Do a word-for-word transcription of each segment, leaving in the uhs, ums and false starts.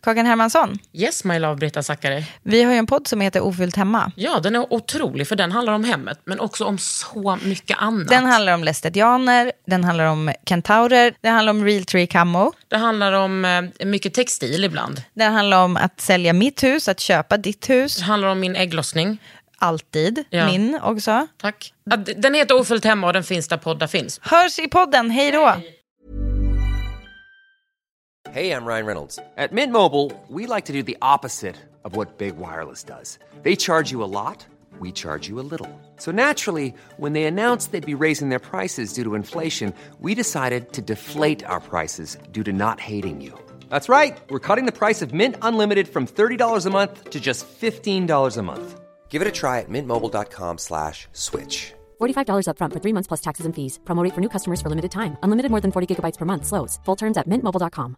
Kakan Hermansson. Yes, my love, Britta Zackari. Vi har ju en podd som heter Ofyllt hemma. Ja, den är otrolig för den handlar om hemmet, men också om så mycket annat. Den handlar om lästetianer, den handlar om kentaurer, den handlar om Realtree Camo. Det handlar om eh, mycket textil ibland. Den handlar om att sälja mitt hus, att köpa ditt hus. Det handlar om min ägglossning. Alltid, ja. Min också. Tack. Den heter Ofyllt hemma och den finns där poddar finns. Hörs i podden, hej då! Hey, I'm Ryan Reynolds. At Mint Mobile, we like to do the opposite of what Big Wireless does. They charge you a lot, we charge you a little. So naturally, when they announced they'd be raising their prices due to inflation, we decided to deflate our prices due to not hating you. That's right. We're cutting the price of Mint Unlimited from thirty dollars a month to just fifteen dollars a month. Give it a try at mintmobile.com slash switch. forty-five dollars up front for three months plus taxes and fees. Promo rate for new customers for limited time. Unlimited more than forty gigabytes per month. Slows full terms at mint mobile dot com.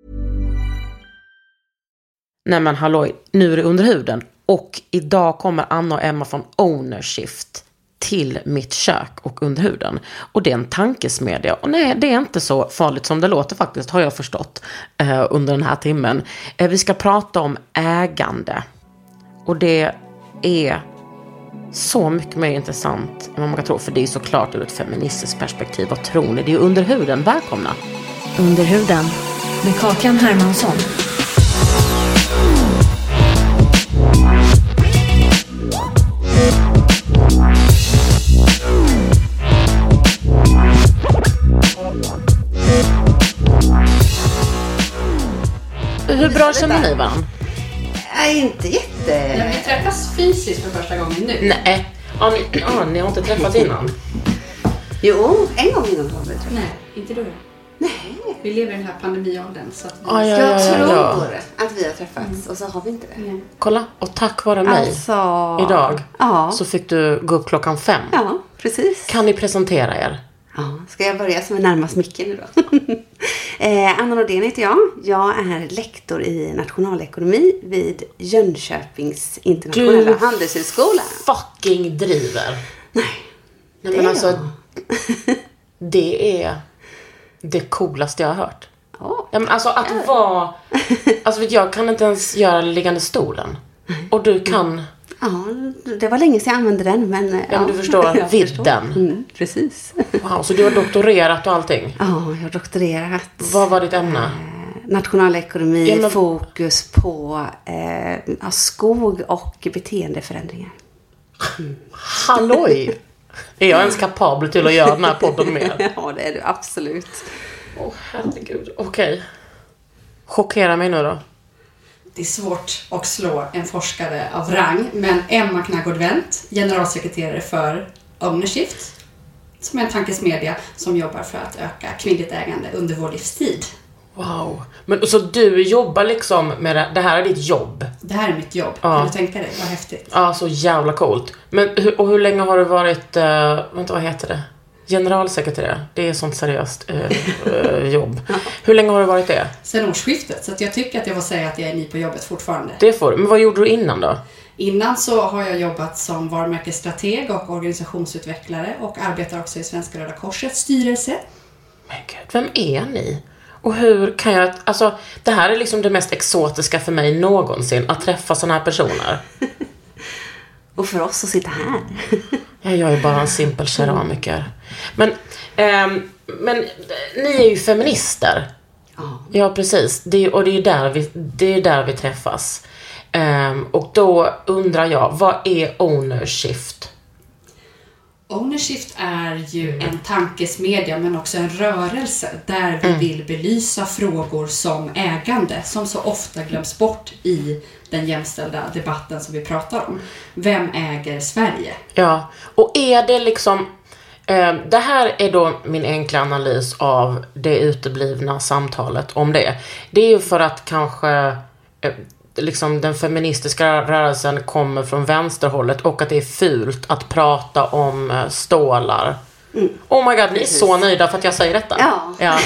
Nej men halloj, nu är det under huden. Och idag kommer Anna och Emma från Ownershift till mitt kök och under huden. Och det är en tankesmedja. Och nej, det är inte så farligt som det låter faktiskt, har jag förstått eh, under den här timmen. Eh, vi ska prata om ägande. Och det är så mycket mer intressant än vad man kan tro. För det är såklart ur ett feministiskt perspektiv. Vad tror ni? Det är under huden. Välkomna. Under huden med Kakan Hermansson. Hur bra känner ni varandra? Nej, inte jätte... Men vi träffas fysiskt för första gången nu. Nej, ja, ni, ja, ni har inte träffats innan. Jo, en gång innan har vi träffats. Nej, inte du. Nej. Vi lever i den här pandemiåldern så att vi... Ja, ja, Jag ja, tror ja. att vi har träffats mm. och så har vi inte det. Mm. Kolla, och tack vare mig alltså... idag ja. så fick du gå upp klockan fem. Ja, precis. Kan ni presentera er? Ja, ska jag börja som är närmast micken nu då? eh, Anna Nordén heter jag. Jag är lektor i nationalekonomi vid Jönköpings internationella du handelshögskola. Fucking driver. Nej, Nej det men är alltså, jag. det är det coolaste jag har hört. Oh, ja, men alltså att vara... Alltså jag kan inte ens göra liggande stolen. Och du kan... Ja, det var länge sedan jag använde den. Men, ja, ja men du förstår jag vidden. förstår. Mm, precis. Wow, så du har doktorerat och allting? Ja, jag har doktorerat. Vad var ditt ämne? Eh, nationalekonomi, ja, men... fokus på eh, skog och beteendeförändringar. Mm. Halloj! Är jag ens kapabel till att göra den här podden med? Ja, det är du absolut. Åh, oh, herregud. Okej. Okay. Chockera mig nu då. Det är svårt att slå en forskare av rang, men Emma Knaggård-Wendt, generalsekreterare för Ownershift, som är en tankesmedja som jobbar för att öka kvinnligt ägande under vår livstid. Wow. Men så du jobbar liksom med det, det här är ditt jobb? Det här är mitt jobb. Ja. Kan du tänka dig? Vad häftigt. Ja, så jävla coolt. Men hur, och hur länge har du varit, uh, vänta, vad heter det? Generalsekreterare. Det är sånt seriöst uh, uh, jobb. Ja. Hur länge har du varit det? Sen årsskiftet. Så att jag tycker att jag får säga att jag är ny på jobbet fortfarande. Det får du. Men vad gjorde du innan då? Innan så har jag jobbat som varumärkesstrateg och organisationsutvecklare och arbetar också i Svenska Röda Korsets styrelse. Men gud, vem är ni? Och hur kan jag... Alltså, det här är liksom det mest exotiska för mig någonsin. Att träffa såna här personer. Och för oss att sitta här. Ja, jag är bara en simpel keramiker. Men, ähm, men ni är ju feminister. Ja, ja precis. Det, och det är där vi, det är där vi träffas. Ähm, och då undrar jag, vad är Ownershift? Ownershift är ju en tankesmedja men också en rörelse där vi mm. vill belysa frågor som ägande som så ofta glöms bort i den jämställda debatten som vi pratar om. Vem äger Sverige? Ja, och är det liksom... Eh, det här är då min enkla analys av det uteblivna samtalet om det. Det är ju för att kanske... Eh, liksom den feministiska rörelsen kommer från vänsterhållet och att det är fult att prata om stålar. Mm. Oh my god, ni är så nöjda för att jag säger detta. Ja. Ja,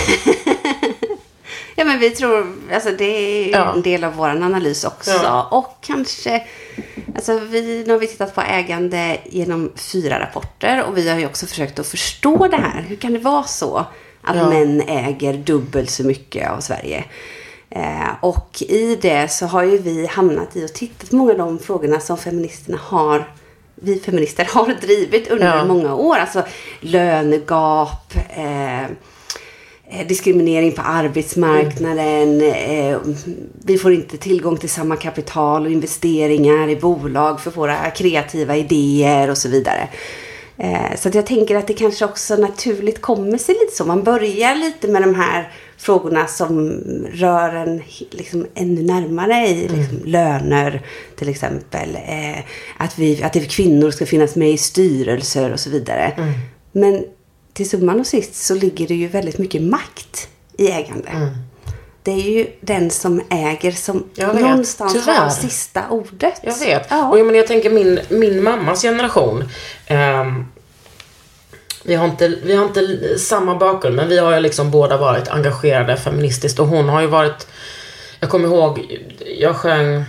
ja men vi tror, alltså det är ja. en del av vår analys också. Ja. Och kanske, alltså vi, nu har vi tittat på ägande genom fyra rapporter och vi har ju också försökt att förstå det här. Hur kan det vara så att ja. män äger dubbelt så mycket av Sverige? Eh, och i det så har ju vi hamnat i och tittat på många av de frågorna som feministerna har, vi feminister har drivit under ja. många år. Alltså lönegap, eh, diskriminering på arbetsmarknaden, mm. eh, vi får inte tillgång till samma kapital och investeringar i bolag för våra kreativa idéer och så vidare. Eh, så att jag tänker att det kanske också naturligt kommer sig lite så. Man börjar lite med de här frågorna som rör en liksom ännu närmare i liksom, mm. löner till exempel. Eh, att, vi, att det kvinnor ska finnas med i styrelser och så vidare. Mm. Men till summan och sist så ligger det ju väldigt mycket makt i ägande. Mm. Det är ju den som äger som någonstans Tyvärr. har sista ordet. Jag vet. Ja. Och jag, men jag tänker min, min mammas generation. Um, vi, har inte, vi har inte samma bakgrund, men vi har ju liksom båda varit engagerade feministiskt. Och hon har ju varit, jag kommer ihåg, jag sjöng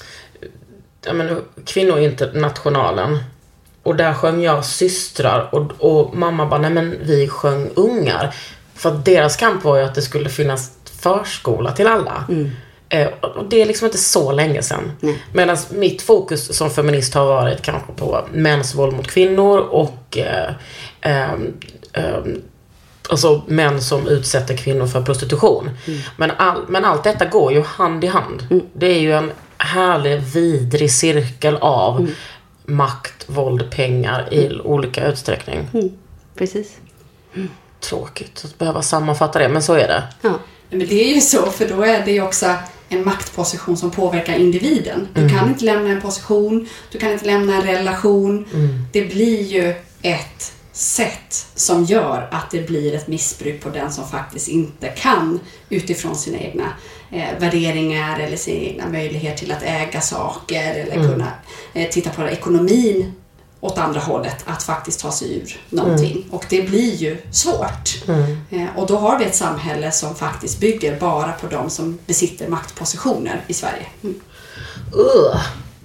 jag menar, Kvinnointernationalen. Och där sjöng jag systrar. Och, och mamma bara, nej men vi sjöng ungar. För att deras kamp var ju att det skulle finnas förskola till alla. Mm. Eh, och det är liksom inte så länge sedan. Mm. Medan mitt fokus som feminist har varit kanske på mäns våld mot kvinnor. Och eh, eh, eh, alltså män som utsätter kvinnor för prostitution. Mm. Men, all, men allt detta går ju hand i hand. Mm. Det är ju en härlig, vidrig cirkel av mm. makt, våld, pengar i mm. olika utsträckning. Mm. Precis. Mm. Tråkigt att behöva sammanfatta det, men så är det. Ja. Men det är ju så, för då är det ju också en maktposition som påverkar individen. Du mm. kan inte lämna en position, du kan inte lämna en relation. Mm. Det blir ju ett sätt som gör att det blir ett missbruk på den som faktiskt inte kan utifrån sina egna eh, värderingar eller sina egna möjligheter till att äga saker eller mm. kunna eh, titta på ekonomin åt andra hållet, att faktiskt ta sig ur någonting. Mm. Och det blir ju svårt. Mm. Eh, och då har vi ett samhälle som faktiskt bygger bara på de som besitter maktpositioner i Sverige. Mm. Uh,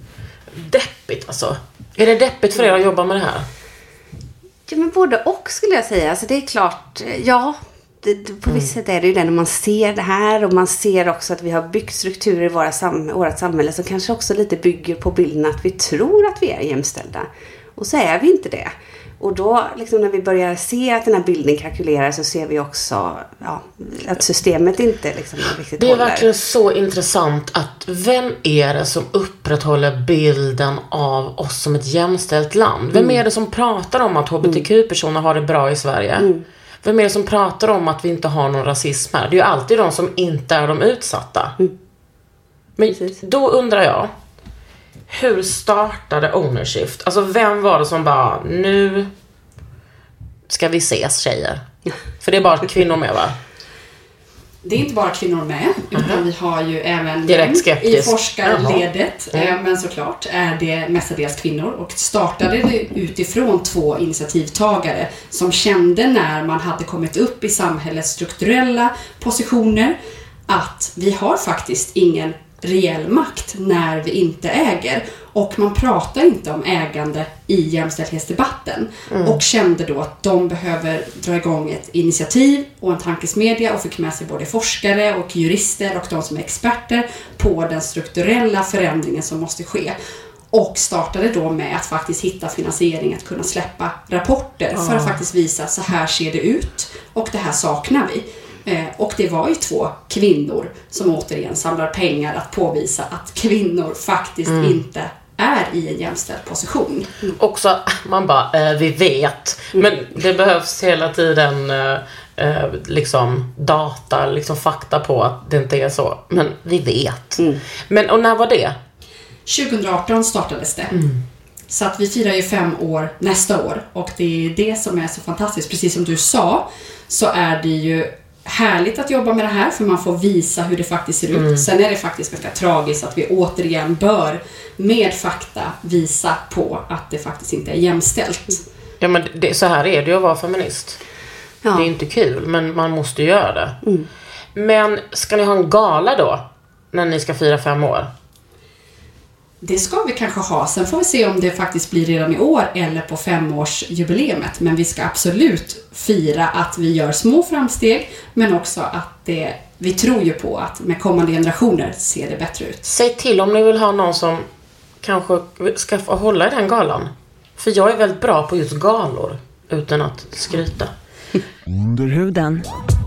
deppigt alltså. Är det deppigt för er att jobba med det här? Ja, men både och skulle jag säga. Alltså det är klart, ja, det, det, på visst sätt är det ju det när man ser det här. Och man ser också att vi har byggt strukturer i våra sam, vårt samhälle som kanske också lite bygger på bilden att vi tror att vi är jämställda. Och så är vi inte det. Och då liksom när vi börjar se att den här bilden kalkylerar så ser vi också ja, att systemet inte liksom riktigt Det är håller. verkligen så intressant att vem är det som upprätthåller bilden av oss som ett jämställt land? Vem är det som pratar om att hbtq-personer har det bra i Sverige? Mm. Vem är det som pratar om att vi inte har någon rasism här? Det är ju alltid de som inte är de utsatta. Mm. Men då undrar jag, hur startade Ownershift? Alltså vem var det som bara, nu ska vi ses tjejer? För det är bara kvinnor med, va? Det är inte bara kvinnor med, utan uh-huh. vi har ju även män i forskarledet. Uh-huh. Men såklart är det mestadels kvinnor. Och startade det utifrån två initiativtagare som kände när man hade kommit upp i samhällets strukturella positioner att vi har faktiskt ingen reell makt när vi inte äger. Och man pratar inte om ägande i jämställdhetsdebatten. Mm. Och kände då att de behöver dra igång ett initiativ och en tankesmedja och fick med sig både forskare och jurister och de som är experter på den strukturella förändringen som måste ske. Och startade då med att faktiskt hitta finansiering att kunna släppa rapporter mm. för att faktiskt visa att så här ser det ut och det här saknar vi. Eh, och det var ju två kvinnor som återigen samlar pengar att påvisa att kvinnor faktiskt mm. inte är i en jämställd position. Mm. Också, man bara, eh, vi vet. Mm. Men det behövs hela tiden eh, liksom data, liksom fakta på att det inte är så. Men vi vet. Mm. Men, och när var det? tjugo arton startades det. Mm. Så att vi firar ju fem år nästa år. Och det är det som är så fantastiskt. Precis som du sa så är det ju härligt att jobba med det här för man får visa hur det faktiskt ser ut. Mm. Sen är det faktiskt ganska tragiskt att vi återigen bör med fakta visa på att det faktiskt inte är jämställt. Ja, men det, så här är det ju att vara feminist. Ja. Det är inte kul, men man måste göra det. Mm. Men ska ni ha en gala då när ni ska fira fem år? Det ska vi kanske ha. Sen får vi se om det faktiskt blir redan i år eller på femårsjubileumet. Men vi ska absolut fira att vi gör små framsteg. Men också att det vi tror ju på att med kommande generationer ser det bättre ut. Säg till om ni vill ha någon som kanske ska få hålla i den galan. För jag är väldigt bra på just galor, utan att skryta. Under huden.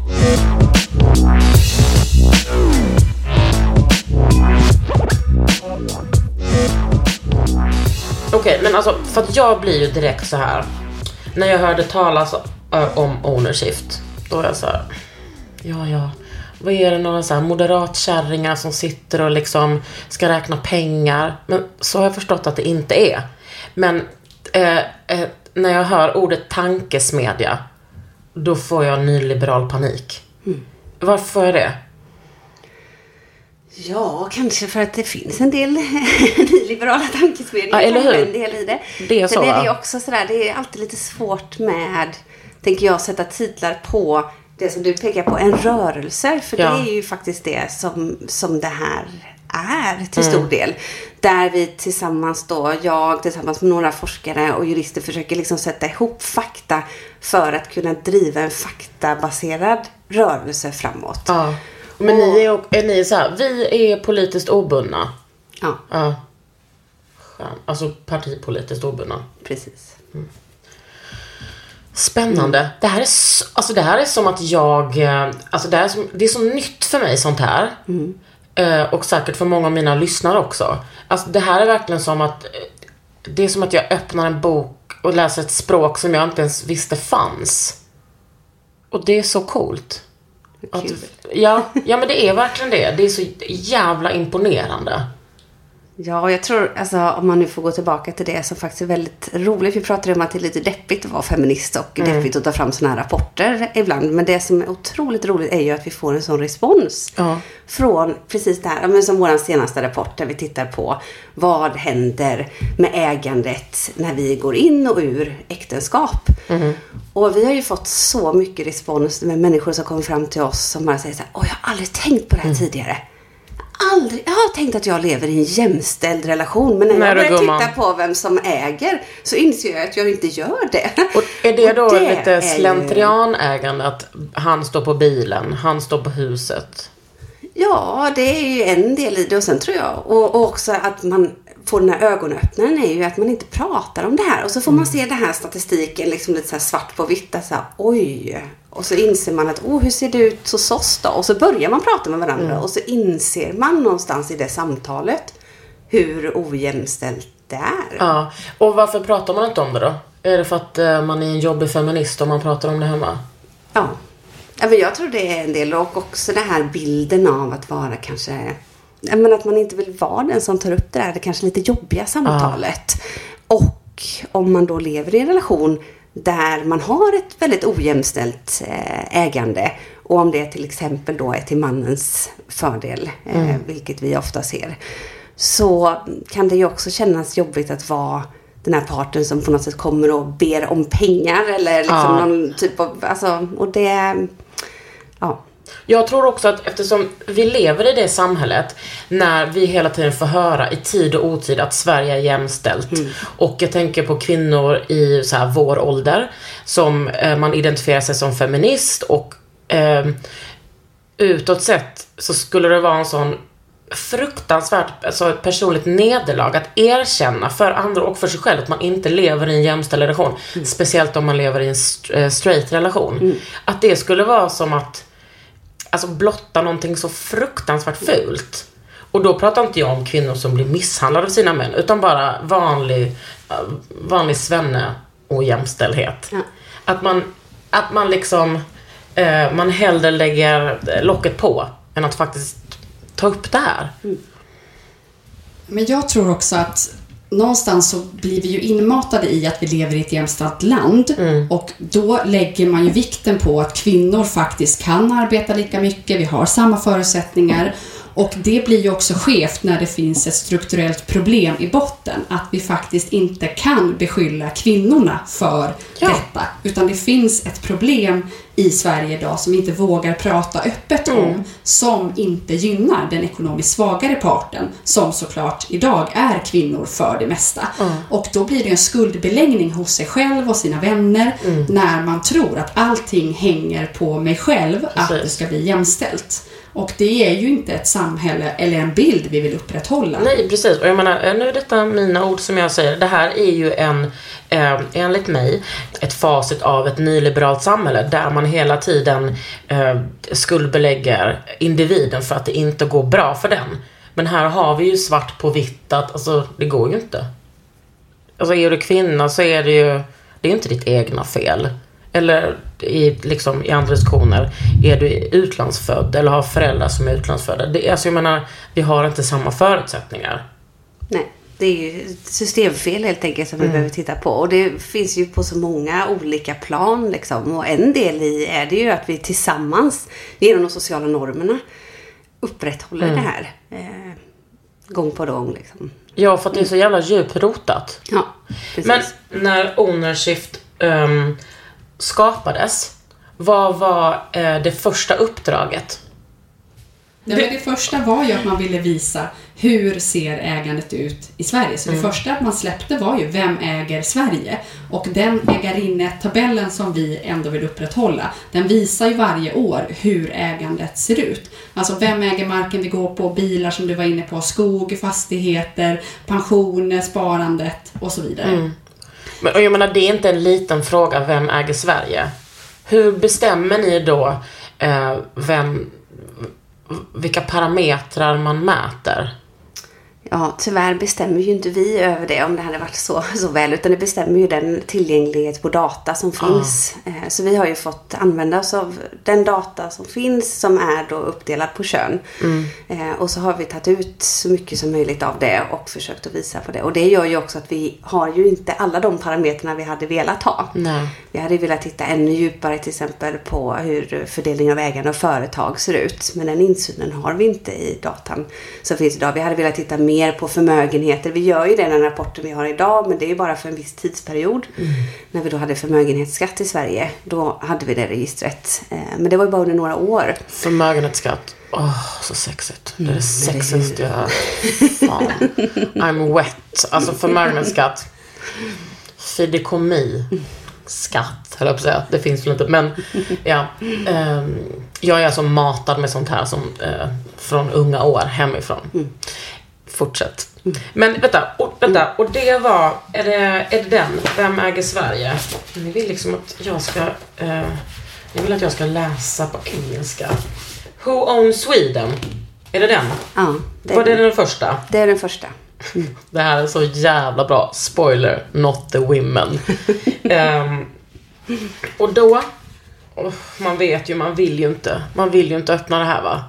Okej, okay, men alltså, för att jag blir ju direkt så här. När jag hörde talas om ownershift, då är jag så här, ja, ja. Vad är det, några så här moderatkärringar som sitter och liksom ska räkna pengar? Men så har jag förstått att det inte är. Men eh, eh, när jag hör ordet tankesmedja, då får jag nyliberal panik. Mm. Varför får jag det? Ja, kanske för att det finns en del nyliberala tankesmedjor. Ja, eller hur? En del i det. Det är så, men det är va? också sådär, det är alltid lite svårt med, tänker jag, sätta titlar på det som du pekar på, en rörelse. För ja. Det är ju faktiskt det som, som det här är till stor mm. del. Där vi tillsammans då, jag tillsammans med några forskare och jurister försöker liksom sätta ihop fakta för att kunna driva en faktabaserad rörelse framåt. Ja. Men och, ni är, är ni så här, vi är politiskt obundna. Ja. Ja. Alltså partipolitiskt obundna. Precis. Mm. Spännande. Mm. Det här är så, alltså det här är som att jag alltså det är som, det är så nytt för mig sånt här. Mm. Eh, och säkert för många av mina lyssnare också. Alltså det här är verkligen som att det är som att jag öppnar en bok och läser ett språk som jag inte ens visste fanns. Och det är så coolt. Att, ja, ja, men det är verkligen det. Det är så jävla imponerande. Ja, jag tror, alltså, om man nu får gå tillbaka till det som faktiskt är väldigt roligt. Vi pratar om att det är lite deppigt att vara feminist och mm. deppigt att ta fram såna här rapporter ibland. Men det som är otroligt roligt är ju att vi får en sån respons ja. Från precis det här, men som vår senaste rapport där vi tittar på vad händer med ägandet när vi går in och ur äktenskap. Mm. Och vi har ju fått så mycket respons med människor som kommer fram till oss som bara säger så här: åh, jag har aldrig tänkt på det här mm. tidigare. Aldrig, jag har tänkt att jag lever i en jämställd relation, men när Nej, jag börjar titta man. på vem som äger så inser jag att jag inte gör det. Och är det då det lite slentrianägande att han står på bilen, han står på huset? Ja, det är ju en del i det, och sen tror jag och, och också att man får den här ögonöppnaren är ju att man inte pratar om det här, och så får man se den här statistiken liksom lite så här svart på vitt, så här, oj. Och så inser man att, åh, hur ser det ut hos oss då? Och så börjar man prata med varandra. Mm. Och så inser man någonstans i det samtalet hur ojämställt det är. Ja, och varför pratar man inte om det då? Är det för att uh, man är en jobbig feminist och man pratar om det hemma? Ja, ja men jag tror det är en del. Och också den här bilden av att vara kanske... Jag menar att man inte vill vara den som tar upp det där, det kanske lite jobbiga samtalet. Ja. Och om man då lever i en relation där man har ett väldigt ojämställt ägande, och om det till exempel då är till mannens fördel, mm. eh, vilket vi ofta ser, så kan det ju också kännas jobbigt att vara den här parten som på något sätt kommer och ber om pengar eller liksom ja. någon typ av, alltså, och det, ja. Jag tror också att eftersom vi lever i det samhället när vi hela tiden får höra i tid och otid att Sverige är jämställt. Mm. Och jag tänker på kvinnor i så här vår ålder som eh, man identifierar sig som feminist, och eh, utåt sett så skulle det vara en sån fruktansvärt, alltså ett personligt nederlag att erkänna för andra och för sig själv att man inte lever i en jämställd relation. Mm. Speciellt om man lever i en straight relation. Mm. Att det skulle vara som att alltså blotta någonting så fruktansvärt fult. Och då pratar inte jag om kvinnor som blir misshandlade av sina män, utan bara vanlig vanlig svenne och jämställdhet. Ja. Att man att man liksom eh, man hellre lägger locket på än att faktiskt ta upp det här. Mm. Men jag tror också att någonstans så blir vi ju inmatade i att vi lever i ett jämställt land. Mm. Och då lägger man ju vikten på att kvinnor faktiskt kan arbeta lika mycket. Vi har samma förutsättningar. Och det blir ju också skevt när det finns ett strukturellt problem i botten. Att vi faktiskt inte kan beskylla kvinnorna för ja. detta. Utan det finns ett problem i Sverige idag som vi inte vågar prata öppet om. Mm. Som inte gynnar den ekonomiskt svagare parten. Som såklart idag är kvinnor för det mesta. Mm. Och då blir det en skuldbeläggning hos sig själv och sina vänner. Mm. När man tror att allting hänger på mig själv. Precis. Att det ska bli jämställt. Och det är ju inte ett samhälle eller en bild vi vill upprätthålla. Nej, precis. Och jag menar, nu är detta mina ord som jag säger. Det här är ju en, eh, enligt mig, ett facit av ett nyliberalt samhälle där man hela tiden eh, skuldbelägger individen för att det inte går bra för den. Men här har vi ju svart på vitt att alltså, det går ju inte. Alltså är du kvinna så är det ju, det är inte ditt egna fel. Eller i, liksom, i andra diskussioner, är du utlandsfödd eller har föräldrar som är utlandsfödda. Det, alltså jag menar, vi har inte samma förutsättningar. Nej, det är ju systemfel helt enkelt som vi mm. behöver titta på. Och det finns ju på så många olika plan liksom. Och en del i är det ju att vi tillsammans genom de sociala normerna upprätthåller mm. det här eh, gång på gång liksom. Ja, för att det är så jävla djuprotat. Ja, precis. Men när Ownershift um, skapades, vad var eh, det första uppdraget? Ja, men det första var ju att man ville visa hur ser ägandet ut i Sverige. Så det mm. första man släppte var ju vem äger Sverige. Och den ägarinnetabellen som vi ändå vill upprätthålla, den visar ju varje år hur ägandet ser ut. Alltså vem äger marken vi går på, bilar som du var inne på, skog, fastigheter, pensioner, sparandet och så vidare. Mm. Men och jag menar, det är inte en liten fråga, vem äger Sverige? Hur bestämmer ni då eh, vem, vilka parametrar man mäter? Ja, tyvärr bestämmer ju inte vi över det om det hade varit så, så väl. Utan det bestämmer ju den tillgänglighet på data som finns. Ah. Så vi har ju fått använda oss av den data som finns som är då uppdelad på kön. Mm. Och så har vi tagit ut så mycket som möjligt av det och försökt att visa på det. Och det gör ju också att vi har ju inte alla de parametrarna vi hade velat ha. Nej. Vi hade velat titta ännu djupare till exempel på hur fördelningen av ägande och företag ser ut. Men den insynen har vi inte i datan som finns idag. Vi hade velat titta mer på förmögenheter. Vi gör ju den rapporten vi har idag, men det är ju bara för en viss tidsperiod. Mm. När vi då hade förmögenhetsskatt i Sverige, då hade vi det registret. Men det var ju bara under några år. Förmögenhetsskatt. Åh, oh, så sexigt. Det är det sexigaste jag har. Fan. I'm wet. Alltså förmögenhetsskatt. Fideikommi. Skatt, höll jag på att säga. Det finns väl inte. Men ja, eh, jag är alltså matad med sånt här som eh, från unga år hemifrån. Mm. Fortsätt. Mm. Men vänta, och, vänta, och det var, är det, är det den? Vem äger Sverige? Ni vill liksom att jag ska, eh, ni vill att jag ska läsa på engelska. Who owns Sweden? Är det den? Ja. Det var det den första? Det är den första. Mm. Det här är så jävla bra. Spoiler, not the women. um, och då, oh, man vet ju, man vill ju inte, man vill ju inte öppna det här, va?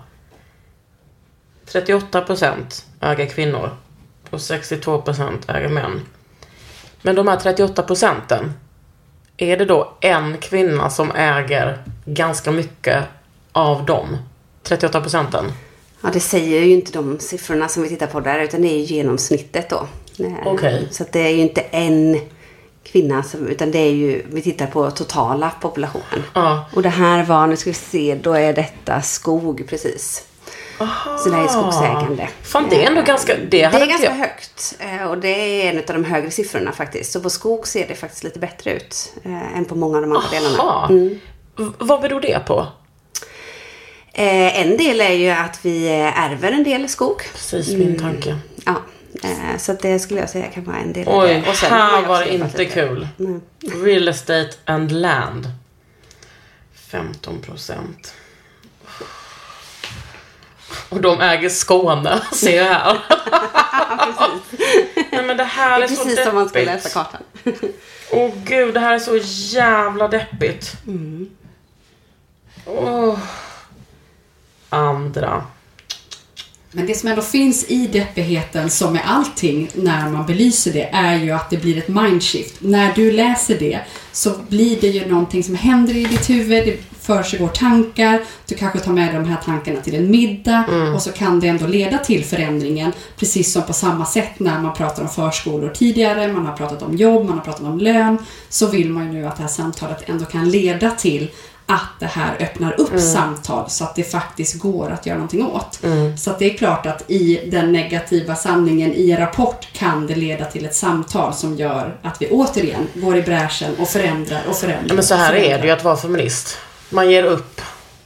trettioåtta procent äger kvinnor och sextiotvå procent äger män. Men de här trettioåtta procenten, är det då en kvinna som äger ganska mycket av dem? trettioåtta procenten? Ja, det säger ju inte de siffrorna som vi tittar på där, utan det är ju genomsnittet då. Okay. Så att det är ju inte en kvinna, som, utan det är ju, vi tittar på totala populationen. Ja. Och det här var, nu ska vi se, då är detta skog precis. Aha. Så det här är skogsägande. Fan, det är ändå ganska, det, det är ganska jag... högt. Och det är en av de högre siffrorna faktiskt. Så på skog ser det faktiskt lite bättre ut eh, än på många av de andra delarna. Mm. Vad beror det på? Eh, en del är ju att vi ärver en del skog. Precis, min mm. tanke. Ja, eh, så det skulle jag säga kan vara en del. Oj, och sen här var det inte lite kul. Mm. Real estate and land. femton procent. Och de äger Skåne, ser jag här. Precis. Nej, men det här det är, är så precis deppigt. Som man ska läsa kartan. Åh gud, det här är så jävla deppigt. Mm. Åh. Andra. Men det som ändå finns i deppigheten, som med allting när man belyser det, är ju att det blir ett mindshift. När du läser det så blir det ju någonting som händer i ditt huvud. Det försiggår tankar. Du kanske tar med de här tankarna till en middag. Mm. Och så kan det ändå leda till förändringen. Precis som på samma sätt när man pratar om förskolor tidigare. Man har pratat om jobb, man har pratat om lön. Så vill man ju nu att det här samtalet ändå kan leda till att det här öppnar upp mm. samtal så att det faktiskt går att göra någonting åt. Mm. Så att det är klart att i den negativa sanningen i en rapport kan det leda till ett samtal som gör att vi återigen går i bräschen och förändrar och förändrar. Men så här förändrar. är det ju att vara feminist. Man ger upp.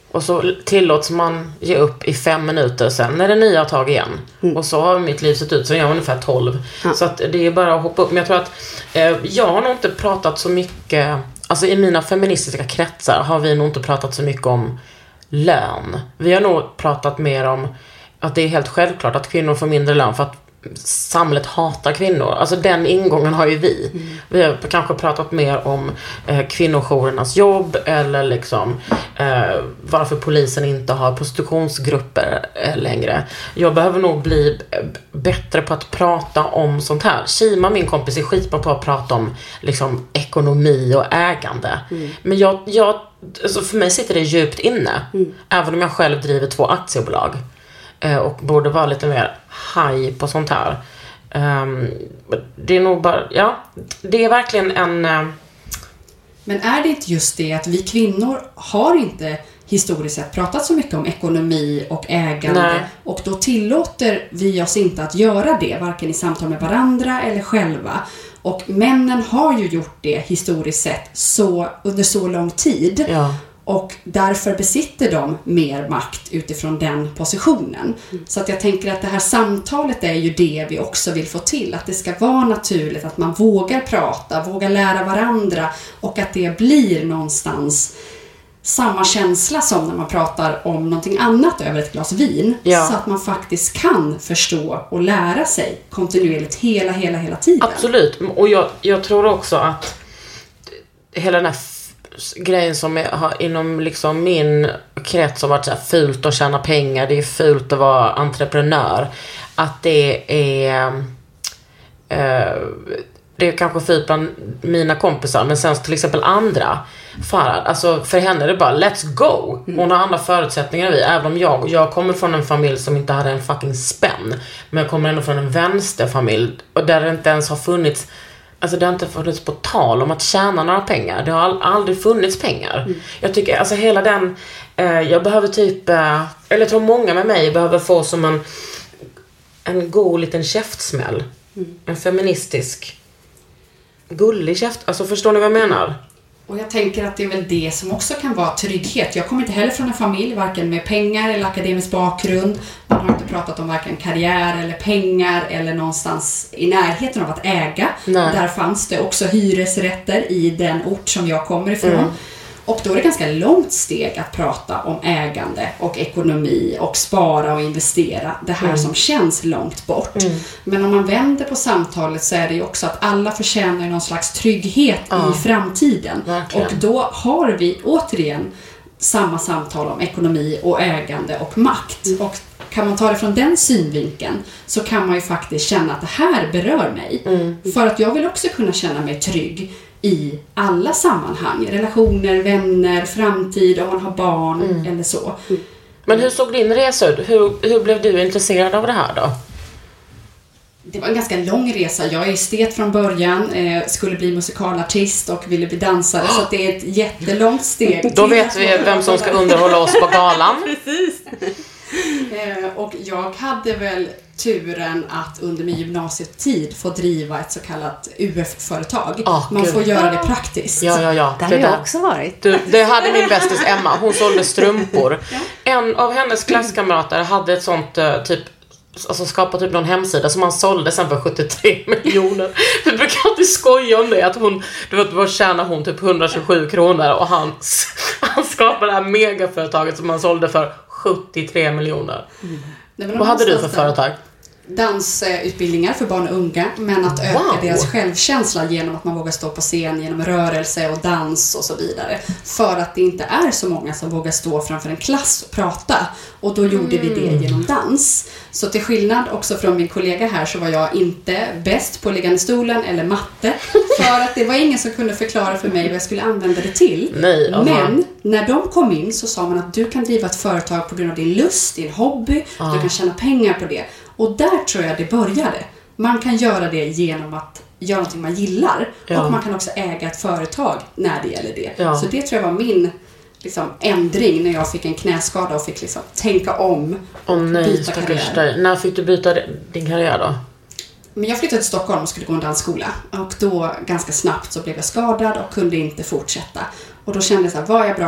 Och så tillåts man ge upp i fem minuter, sen när det nya tag igen. Mm. Och så har mitt liv sett ut, så jag är ungefär tolv. Ja. Så att det är bara att hoppa upp. Men jag tror att eh, jag har nog inte pratat så mycket, alltså i mina feministiska kretsar har vi nog inte pratat så mycket om lön. Vi har nog pratat mer om att det är helt självklart att kvinnor får mindre lön för att samhället hatar kvinnor. Alltså den ingången har ju vi. Mm. Vi har kanske pratat mer om eh, kvinnojourernas jobb eller liksom eh, varför polisen inte har prostitutionsgrupper eh, längre. Jag behöver nog bli b- bättre på att prata om sånt här. Shima, min kompis, är skitbra på att prata om liksom ekonomi och ägande. Mm. Men jag, jag alltså för mig sitter det djupt inne. Mm. Även om jag själv driver två aktiebolag. Och borde vara lite mer high på sånt här. Um, det är nog bara, ja, det är verkligen en... Uh... Men är det inte just det att vi kvinnor har inte historiskt sett pratat så mycket om ekonomi och ägande. Nej. Och då tillåter vi oss inte att göra det, varken i samtal med varandra eller själva. Och männen har ju gjort det historiskt sett så, under så lång tid. Ja. Och därför besitter de mer makt utifrån den positionen. Mm. Så att jag tänker att det här samtalet är ju det vi också vill få till. Att det ska vara naturligt, att man vågar prata, vågar lära varandra. Och att det blir någonstans samma känsla som när man pratar om någonting annat över ett glas vin. Ja. Så att man faktiskt kan förstå och lära sig kontinuerligt hela, hela, hela tiden. Absolut. Och jag, jag tror också att hela den här grejen som är, inom liksom min krets har varit så här fult att tjäna pengar, det är fult att vara entreprenör, att det är eh, det är kanske fult bland mina kompisar, men sen till exempel andra Farad, alltså för henne är det bara let's go. Hon har andra förutsättningar än vi, även om jag jag kommer från en familj som inte hade en fucking spänn, men jag kommer ändå från en vänsterfamilj och där det inte ens har funnits. Alltså det har inte funnits på tal om att tjäna några pengar. Det har all, aldrig funnits pengar. Mm. Jag tycker, alltså hela den... Eh, jag behöver typ... Eh, eller jag tror många med mig behöver få som en... En god liten käftsmäll. Mm. En feministisk... Gullig käft... Alltså förstår ni vad jag menar? Och jag tänker att det är väl det som också kan vara trygghet. Jag kommer inte heller från en familj, varken med pengar eller akademisk bakgrund. Man har inte pratat om varken karriär eller pengar eller någonstans i närheten av att äga. Nej. Där fanns det också hyresrätter i den ort som jag kommer ifrån. Mm. Och då är det ganska långt steg att prata om ägande och ekonomi och spara och investera. Det här mm. som känns långt bort. Mm. Men om man vänder på samtalet så är det ju också att alla förtjänar någon slags trygghet ja. i framtiden. Verkligen. Och då har vi återigen samma samtal om ekonomi och ägande och makt. Mm. Och kan man ta det från den synvinkeln så kan man ju faktiskt känna att det här berör mig. Mm. För att jag vill också kunna känna mig trygg i alla sammanhang, relationer, vänner, framtid, om man har barn mm. eller så. Mm. Men hur såg din resa ut? Hur, hur blev du intresserad av det här då? Det var en ganska lång resa. Jag är estet från början, eh, skulle bli musikalartist och ville bli dansare, så att det är ett jättelångt steg. Då vet vi vem som ska underhålla oss på galan. Precis. Eh, och jag hade väl turen att under min gymnasietid få driva ett så kallat U F-företag. Oh, Man Gud. får göra det praktiskt. Ja, ja, ja. Där har jag också varit. Du, det hade min bästis Emma. Hon sålde strumpor. Ja. En av hennes klasskamrater hade ett sånt uh, typ alltså skapa typ någon hemsida som han sålde sen för sjuttiotre miljoner. Vi brukar alltid skoja om det, att hon, du vet, vad tjänar hon typ hundratjugosju kronor och han, han skapade det här megaföretaget som han sålde för sjuttiotre miljoner. Mm. Vad hade du för företag? Dansutbildningar för barn och unga, men att öka wow. deras självkänsla genom att man vågar stå på scen genom rörelse och dans och så vidare. För att det inte är så många som vågar stå framför en klass och prata. Och då gjorde mm. vi det genom dans. Så till skillnad också från min kollega här så var jag inte bäst på liggande stolen eller matte. För att det var ingen som kunde förklara för mig vad jag skulle använda det till. Nej, men när de kom in så sa man att du kan driva ett företag på grund av din lust, din hobby. Ah. Du kan tjäna pengar på det. Och där tror jag det började. Man kan göra det genom att göra någonting man gillar. Ja. Och man kan också äga ett företag när det gäller det. Ja. Så det tror jag var min liksom, ändring när jag fick en knäskada och fick liksom, tänka om och oh, nej, byta karriär. När fick du byta din karriär då? Men jag flyttade till Stockholm och skulle gå en dansskola. Och då ganska snabbt så blev jag skadad och kunde inte fortsätta. Och då kände jag så här, vad är jag bra på?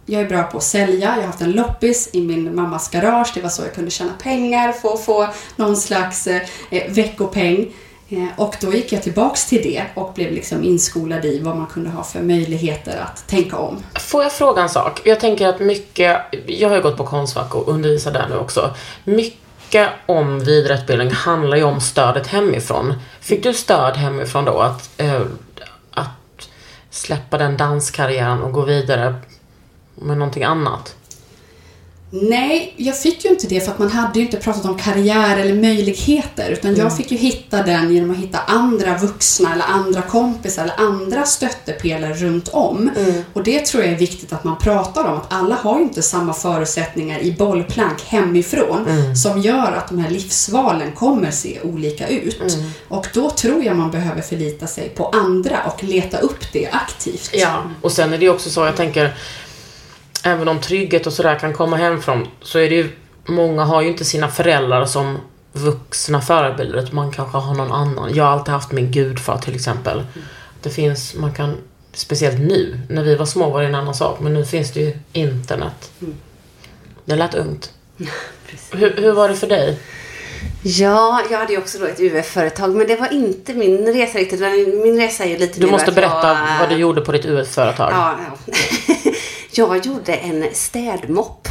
jag är bra på att sälja. Jag har haft en loppis i min mammas garage. Det var så jag kunde tjäna pengar för att få någon slags eh, veckopeng. Eh, och då gick jag tillbaks till det och blev liksom inskolad i vad man kunde ha för möjligheter att tänka om. Får jag fråga en sak? Jag tänker att mycket, jag har ju gått på Konstfack och undervisar där nu också. Mycket om vidareutbildning handlar ju om stödet hemifrån. Fick du stöd hemifrån då att, eh, att släppa den danskarriären och gå vidare med någonting annat? Nej, jag fick ju inte det för att man hade ju inte pratat om karriär eller möjligheter, utan mm. jag fick ju hitta den genom att hitta andra vuxna eller andra kompisar eller andra stöttepelare runt om. Mm. Och det tror jag är viktigt att man pratar om, att alla har ju inte samma förutsättningar i bollplank hemifrån mm. som gör att de här livsvalen kommer se olika ut. Mm. Och då tror jag man behöver förlita sig på andra och leta upp det aktivt. Ja, och sen är det också så, jag tänker, även om trygghet och sådär kan komma hemifrån, så är det ju, många har ju inte sina föräldrar som vuxna förebilder. Man kanske har någon annan. Jag har alltid haft min gudfar till exempel. Det finns, man kan, speciellt nu, när vi var små var det en annan sak, men nu finns det ju internet. Det lät ungt. hur, hur var det för dig? Ja, jag hade ju också då ett U F-företag, men det var inte min resa riktigt. Min resa är ju lite... Du måste berätta jag, vad du gjorde på ditt U F-företag. Ja, ja. Jag gjorde en städmopp.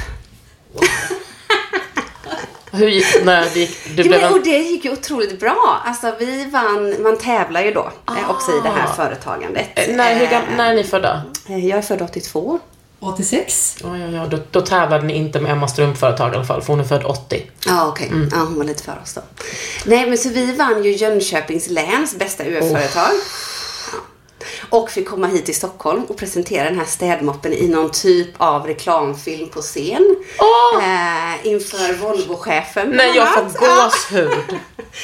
Hur gick det när det gick? Du ja, blev men, en... och det gick ju otroligt bra. Alltså vi vann, man tävlar ju då ah. också i det här företagandet. Eh, när, hur, när är ni födda? Jag är född åttiotvå. åttiosex. Ja, ja, ja. Då, då tävlade ni inte med Emma Strumpföretag i alla fall, för hon är född åttio. Ja, okej. Okay. Mm. Ja, hon var lite för oss då. Nej, men så vi vann ju Jönköpings läns bästa U F-företag. Oh. Och fick komma hit till Stockholm och presentera den här städmoppen i någon typ av reklamfilm på scen. Oh! Eh, inför Volvo-chefen. Nej, jag får gåshud.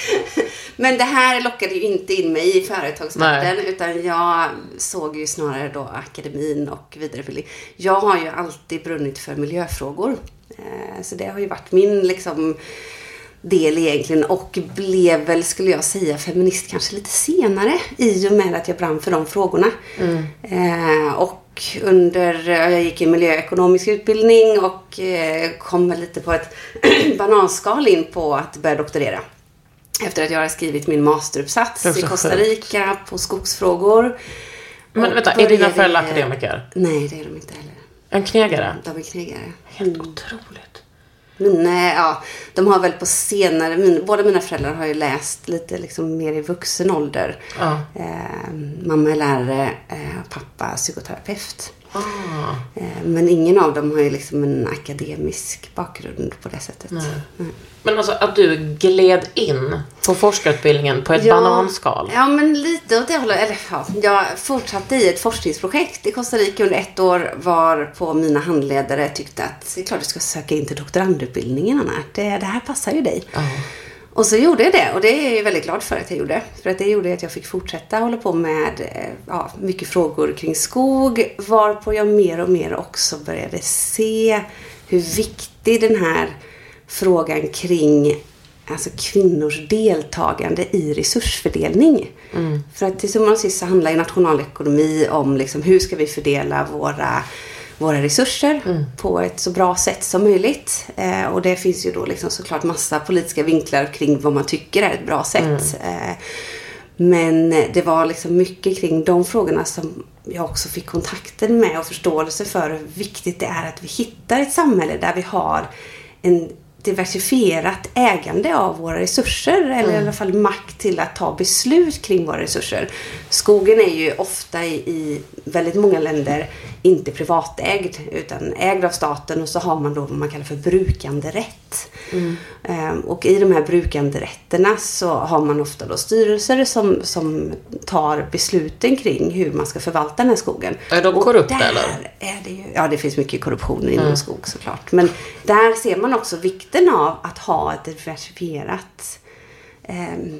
Men det här lockade ju inte in mig i företagsvärlden, utan jag såg ju snarare då akademin och vidareutbildning. Jag har ju alltid brunnit för miljöfrågor. Eh, så det har ju varit min liksom... del egentligen, och blev väl, skulle jag säga, feminist kanske lite senare i och med att jag brann för de frågorna. Mm. Eh, och under, jag gick i miljöekonomisk utbildning och eh, kom lite på ett bananskal in på att börja doktorera. Efter att jag har skrivit min masteruppsats i Costa Rica sjukt. På skogsfrågor. Men och vänta, är dina föräldrar akademiker? Nej, det är de inte heller. En knegare? De är knegare. Helt mm. otroligt. Men, ja, de har väl på senare, min, båda mina föräldrar har ju läst lite liksom mer i vuxen ålder. Ja. Eh, mamma är lärare, eh, pappa psykoterapeut. Ah. Eh, men ingen av dem har ju liksom en akademisk bakgrund på det sättet. Nej. Nej. Men alltså att du gled in på forskarutbildningen på ett ja, bananskal. Ja, men lite åt det hållet. Eller, ja, jag fortsatte i ett forskningsprojekt i Costa Rica under ett år, var på mina handledare tyckte att det är klart du ska söka in till doktorandutbildningen, Anna. Det, det här passar ju dig. Oh. Och så gjorde jag det, och det är jag väldigt glad för att jag gjorde. För att det gjorde att jag fick fortsätta hålla på med ja, mycket frågor kring skog, varpå jag mer och mer också började se hur viktig den här frågan kring alltså kvinnors deltagande i resursfördelning. Mm. För att till summan sist så handlar ju nationalekonomi om liksom hur ska vi fördela våra, våra resurser mm. på ett så bra sätt som möjligt. Eh, och det finns ju då liksom såklart massa politiska vinklar kring vad man tycker är ett bra sätt. Mm. Eh, men det var liksom mycket kring de frågorna som jag också fick kontakten med och förståelse för hur viktigt det är att vi hittar ett samhälle där vi har en diversifierat ägande av våra resurser, eller mm. i alla fall makt till att ta beslut kring våra resurser. Skogen är ju ofta i, i väldigt många länder inte privatägd utan ägd av staten, och så har man då vad man kallar för brukanderätt. Mm. Um, och i de här brukanderätterna så har man ofta då styrelser som, som tar besluten kring hur man ska förvalta den här skogen. Är de korrupta eller? Är det ju, ja, det finns mycket korruption inom mm. skog såklart. Men där ser man också vikten av att ha ett diversifierat eh,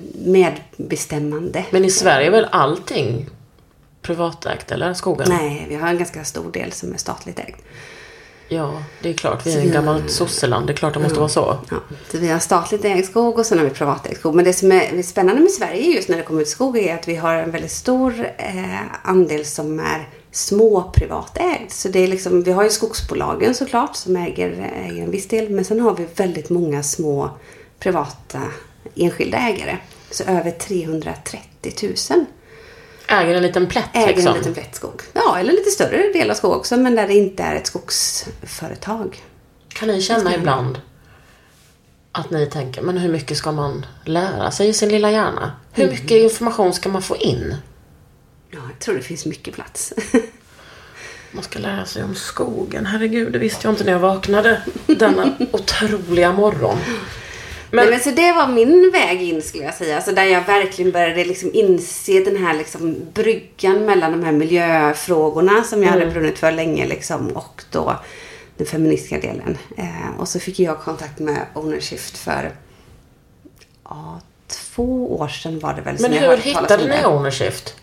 medbestämmande. Men i Sverige är väl allting privatägt eller skogen? Nej, vi har en ganska stor del som är statligt ägt. Ja, det är klart. Vi är en gammal sosseland. Det är klart det måste ja, vara så. Ja. Så vi har statligt ägd skog och sen har vi privatägd skog. Men det som är spännande med Sverige just när det kommer till skog är att vi har en väldigt stor eh, andel som är små privatägd. Så det är liksom, vi har ju skogsbolagen såklart som äger, äger en viss del. Men sen har vi väldigt många små privata enskilda ägare. Så över trehundratrettio tusen. Äger en liten plätt äger liksom? en liten plätt skog. Ja, eller lite större del av skog också. Men där det inte är ett skogsföretag. Kan ni känna ibland att ni tänker, men hur mycket ska man lära sig i sin lilla hjärna? Hur Mm. mycket information ska man få in? Ja, jag tror det finns mycket plats. Man ska lära sig om skogen. Herregud, det visste jag inte när jag vaknade denna otroliga morgon. Men, Nej, men så det var min väg in, skulle jag säga. Alltså där jag verkligen började liksom inse den här liksom bryggan mellan de här miljöfrågorna som jag mm. hade brunnit för länge liksom, och då den feministiska delen. Eh, och så fick jag kontakt med Ownershift för ja, två år sedan var det väl. Men hur hittade ni Ownershift?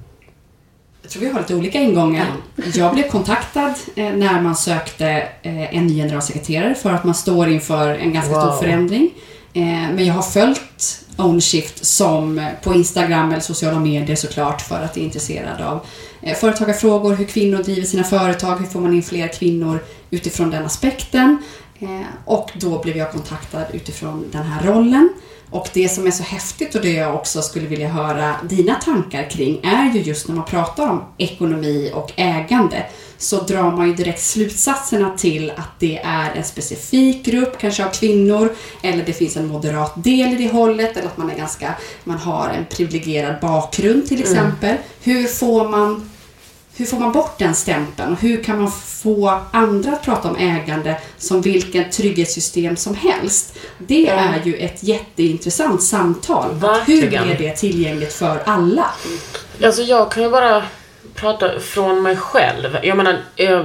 Jag tror vi har lite olika ingångar. Jag blev kontaktad eh, när man sökte eh, en ny generalsekreterare för att man står inför en ganska wow. stor förändring. Eh, men jag har följt Ownershift som eh, på Instagram eller sociala medier såklart för att jag är intresserad av eh, företagarfrågor, hur kvinnor driver sina företag, hur får man in fler kvinnor utifrån den aspekten. Eh, och då blev jag kontaktad utifrån den här rollen. Och det som är så häftigt och det jag också skulle vilja höra dina tankar kring är ju just när man pratar om ekonomi och ägande så drar man ju direkt slutsatserna till att det är en specifik grupp, kanske av kvinnor, eller det finns en moderat del i det hållet, eller att man är ganska, man har en privilegierad bakgrund till exempel. Mm. Hur får man Hur får man bort den stämpeln och hur kan man få andra att prata om ägande som vilken trygghetssystem som helst? Det mm. är ju ett jätteintressant samtal. Hur blir det tillgängligt för alla? Alltså jag kan ju bara prata från mig själv. Jag menar,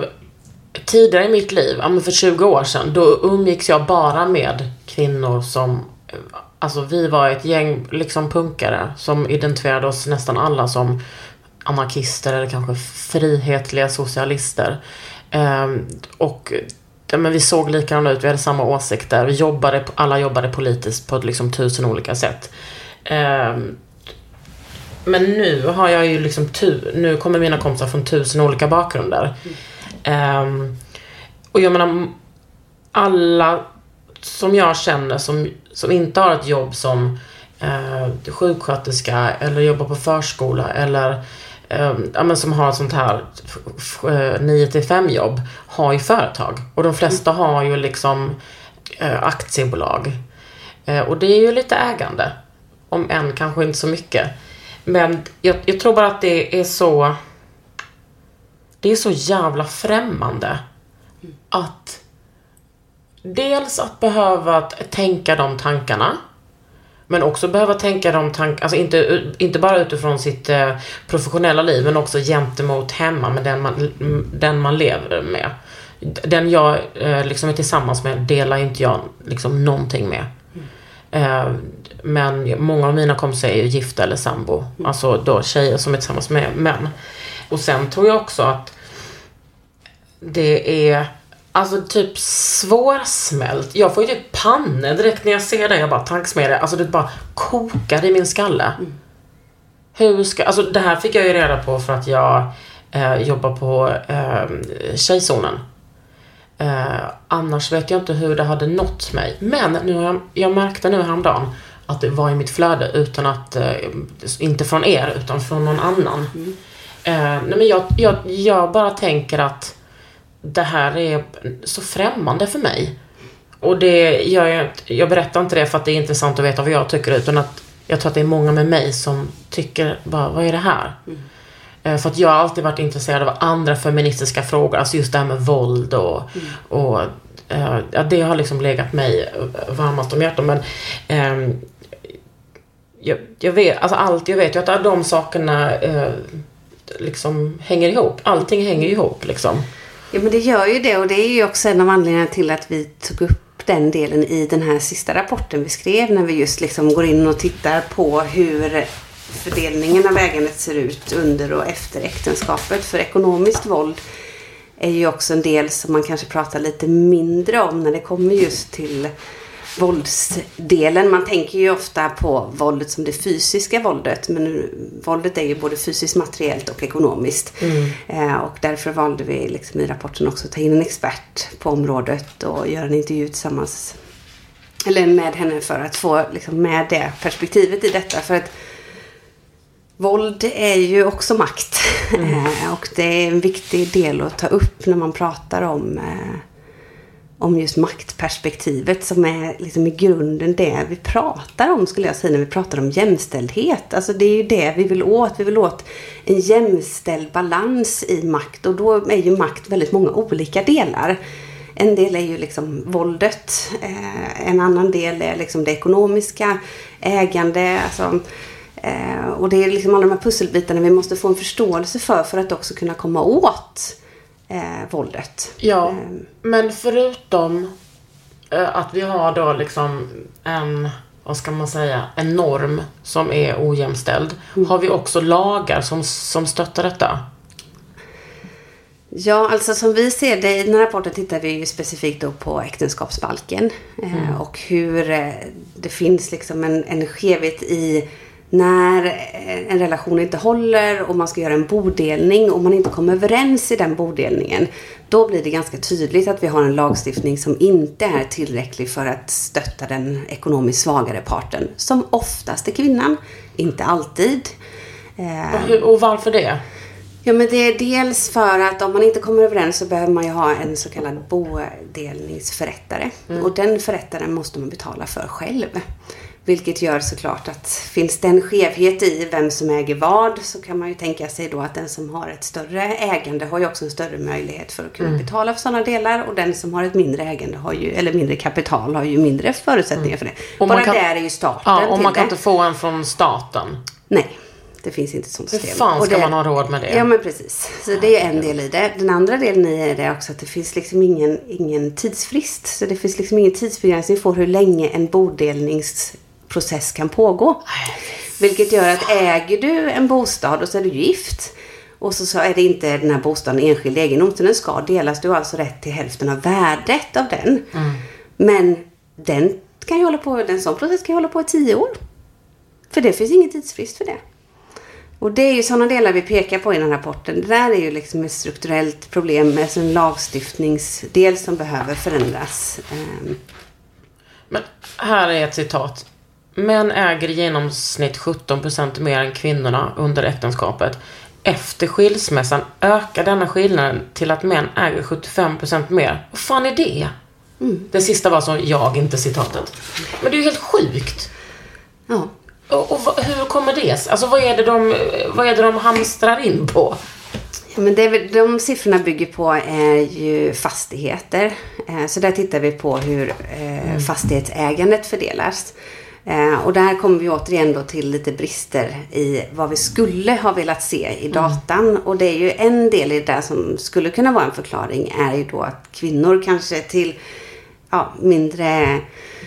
tidigare i mitt liv, för tjugo år sedan, då umgicks jag bara med kvinnor som, alltså vi var ett gäng liksom punkare som identifierade oss nästan alla som anarkister eller kanske frihetliga socialister. Um, och ja, men vi såg likadana ut, vi hade samma åsikter. Vi jobbade, alla jobbade politiskt på liksom tusen olika sätt. Um, men nu har jag ju liksom tu- nu kommer mina kompisar från tusen olika bakgrunder. Um, och jag menar, alla som jag känner som, som inte har ett jobb som uh, sjuksköterska eller jobbar på förskola eller Um, ja, men som har ett sånt här nio till fem jobb har ju företag och de flesta har ju liksom uh, aktiebolag uh, och det är ju lite ägande om än kanske inte så mycket, men jag, jag tror bara att det är så det är så jävla främmande att dels att behöva tänka de tankarna. Men också behöva tänka de tankar, alltså inte, inte bara utifrån sitt eh, professionella liv, men också gentemot hemma med den man, den man lever med. Den jag eh, liksom är tillsammans med delar inte jag liksom någonting med. Mm. Eh, men många av mina kompisar är ju gifta eller sambo. Mm. Alltså då tjejer som är tillsammans med män. Och sen tror jag också att det är alltså typ svårsmält. Jag får ju typ panne direkt när jag ser det. Jag bara tanksmedja. Alltså det bara kokar i min skalle. Mm. Hur ska... Alltså det här fick jag ju reda på för att jag eh, jobbar på eh, tjejzonen. Eh, annars vet jag inte hur det hade nått mig. Men nu har jag, jag märkte nu häromdagen att det var i mitt flöde utan att... Eh, inte från er utan från någon annan. Mm. Eh, nej men jag, jag, jag bara tänker att det här är så främmande för mig. Och det gör jag, jag berättar inte det för att det är intressant att veta vad jag tycker, utan att jag tror att det är många med mig som tycker, bara, vad är det här? Mm. För att jag har alltid varit intresserad av andra feministiska frågor, alltså just det här med våld och, mm. och ja, det har liksom legat mig varmast om hjärtat. Men eh, jag, jag vet, alltså allt, jag vet ju att de sakerna eh, liksom hänger ihop. Allting hänger ihop liksom. Ja, men det gör ju det, och det är ju också en av anledningarna till att vi tog upp den delen i den här sista rapporten vi skrev, när vi just liksom går in och tittar på hur fördelningen av ägandet ser ut under och efter äktenskapet. För ekonomiskt våld är ju också en del som man kanske pratar lite mindre om när det kommer just till våldsdelen. Man tänker ju ofta på våldet som det fysiska våldet. Men nu, våldet är ju både fysiskt, materiellt och ekonomiskt. Mm. Eh, och därför valde vi liksom i rapporten också att ta in en expert på området och göra en intervju tillsammans eller med henne för att få liksom, med det perspektivet i detta. För att våld är ju också makt. Mm. Eh, och det är en viktig del att ta upp när man pratar om... Eh, om just maktperspektivet som är liksom i grunden det vi pratar om, skulle jag säga, när vi pratar om jämställdhet. Alltså det är ju det vi vill åt. Vi vill åt en jämställd balans i makt, och då är ju makt väldigt många olika delar. En del är ju liksom våldet, eh, en annan del är liksom det ekonomiska, ägande, alltså, eh, och det är liksom alla de här pusselbitarna vi måste få en förståelse för för att också kunna komma åt Eh, våldet. Ja, men förutom eh, att vi har då liksom en, vad ska man säga, en norm som är ojämställd, mm. har vi också lagar som, som stöttar detta? Ja, alltså som vi ser det i den här rapporten tittar vi ju specifikt då på äktenskapsbalken eh, mm. och hur eh, det finns liksom en, en skevhet i när en relation inte håller och man ska göra en bodelning och man inte kommer överens i den bodelningen, då blir det ganska tydligt att vi har en lagstiftning som inte är tillräcklig för att stötta den ekonomiskt svagare parten, som oftast är kvinnan, inte alltid. Och, och varför det? Ja, men det är dels för att om man inte kommer överens så behöver man ju ha en så kallad bodelningsförrättare. Mm. Och den förrättaren måste man betala för själv. Vilket gör såklart att finns det en skevhet i vem som äger vad, så kan man ju tänka sig då att den som har ett större ägande har ju också en större möjlighet för att kunna mm. betala för sådana delar, och den som har ett mindre ägande har ju, eller mindre kapital har ju mindre förutsättningar mm. för det. Och Bara kan, där är ju starten. Ja, och man kan det. inte få en från staten. Nej. Det finns inte ett sånt system. Hur fan ska det, man ha råd med det? Ja, men precis. Så det är en del i det. Den andra delen i det är också att det finns liksom ingen, ingen tidsfrist. Så det finns liksom ingen tidsbegränsning för hur länge en bodelningsprocess kan pågå. Vilket gör att äger du en bostad och så är du gift, och så, så är det inte den här bostaden enskild egendom, så den ska delas. Du har alltså rätt till hälften av värdet av den. Mm. Men den kan ju hålla på, en sån process kan ju hålla på i tio år. För det finns ingen tidsfrist för det. Och det är ju sådana delar vi pekar på i den här rapporten. Det där är ju liksom ett strukturellt problem med en lagstiftningsdel som behöver förändras. Men här är ett citat. Män äger i genomsnitt sjutton procent mer än kvinnorna under äktenskapet. Efter skilsmässan ökar denna skillnad till att män äger sjuttiofem procent mer. Vad fan är det? Mm. Det sista var så jag, inte citatet. Men det är ju helt sjukt. Ja. Och, och hur kommer det? Alltså vad är det de, vad är det de hamstrar in på? Ja, men det, de siffrorna bygger på är ju fastigheter. Så där tittar vi på hur mm. fastighetsägandet fördelas. Och där kommer vi återigen då till lite brister i vad vi skulle ha velat se i datan. Mm. Och det är ju en del i det där som skulle kunna vara en förklaring, är ju då att kvinnor kanske till ja, mindre...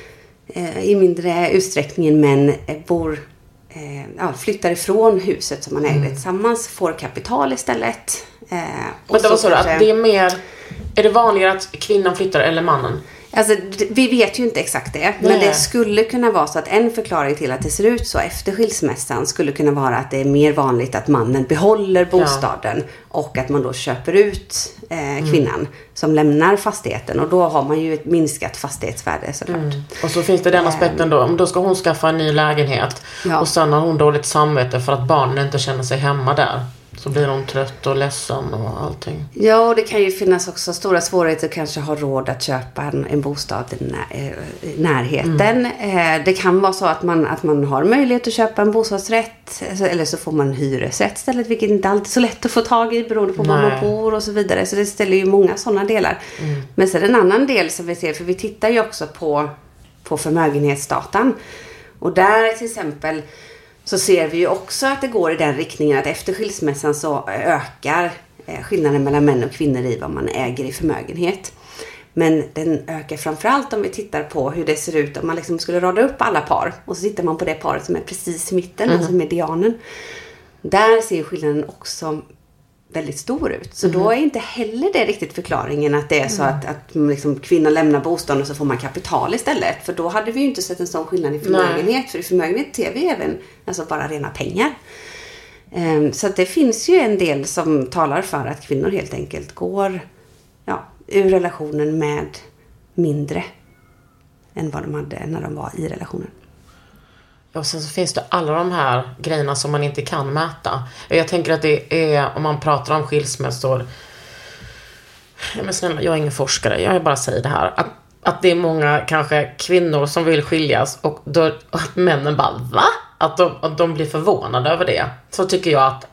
i mindre utsträckning än män bor, eh, ja, flyttar ifrån huset som man äger mm. tillsammans, får kapital istället. Eh, och Men det var så, så kanske, att det är mer, är det vanligare att kvinnan flyttar eller mannen? Alltså, vi vet ju inte exakt det. Nej. Men det skulle kunna vara så att en förklaring till att det ser ut så efter skilsmässan skulle kunna vara att det är mer vanligt att mannen behåller bostaden, ja. Och att man då köper ut eh, kvinnan mm. som lämnar fastigheten. Och då har man ju ett minskat fastighetsvärde såklart. Mm. Och så finns det den aspekten då. Då ska hon skaffa en ny lägenhet. Ja. Och sen har hon dåligt samvete för att barnen inte känner sig hemma där. Så blir de trött och ledsen och allting. Ja, och det kan ju finnas också stora svårigheter att kanske ha råd att köpa en, en bostad i, när, i närheten. Mm. Eh, det kan vara så att man, att man har möjlighet att köpa en bostadsrätt. Eller så får man en hyresrätt istället, vilket inte alltid är så lätt att få tag i beroende på var man bor och så vidare. Så det ställer ju många sådana delar. Mm. Men sen en annan del som vi ser, för vi tittar ju också på, på förmögenhetsdatan. Och där till exempel... så ser vi ju också att det går i den riktningen att efter skilsmässan så ökar skillnaden mellan män och kvinnor i vad man äger i förmögenhet. Men den ökar framförallt om vi tittar på hur det ser ut om man liksom skulle rada upp alla par. Och så tittar man på det paret som är precis i mitten, mm. alltså medianen. Där ser skillnaden också väldigt stor ut. Så mm. då är inte heller det riktigt förklaringen att det är så mm. att, att liksom, kvinnan lämnar bostaden och så får man kapital istället. För då hade vi ju inte sett en sån skillnad i förmögenhet. Nej. För i förmögenhet ser vi även alltså bara rena pengar. Um, så att det finns ju en del som talar för att kvinnor helt enkelt går ja, ur relationen med mindre än vad de hade när de var i relationen. Och sen så finns det alla de här grejerna som man inte kan mäta. Jag tänker att det är, om man pratar om skilsmässor. Ja, men snälla, jag är ingen forskare. Jag bara säger det här. Att, att det är många kanske kvinnor som vill skiljas. Och då, att männen bara, va? Att de, att de blir förvånade över det. Så tycker jag att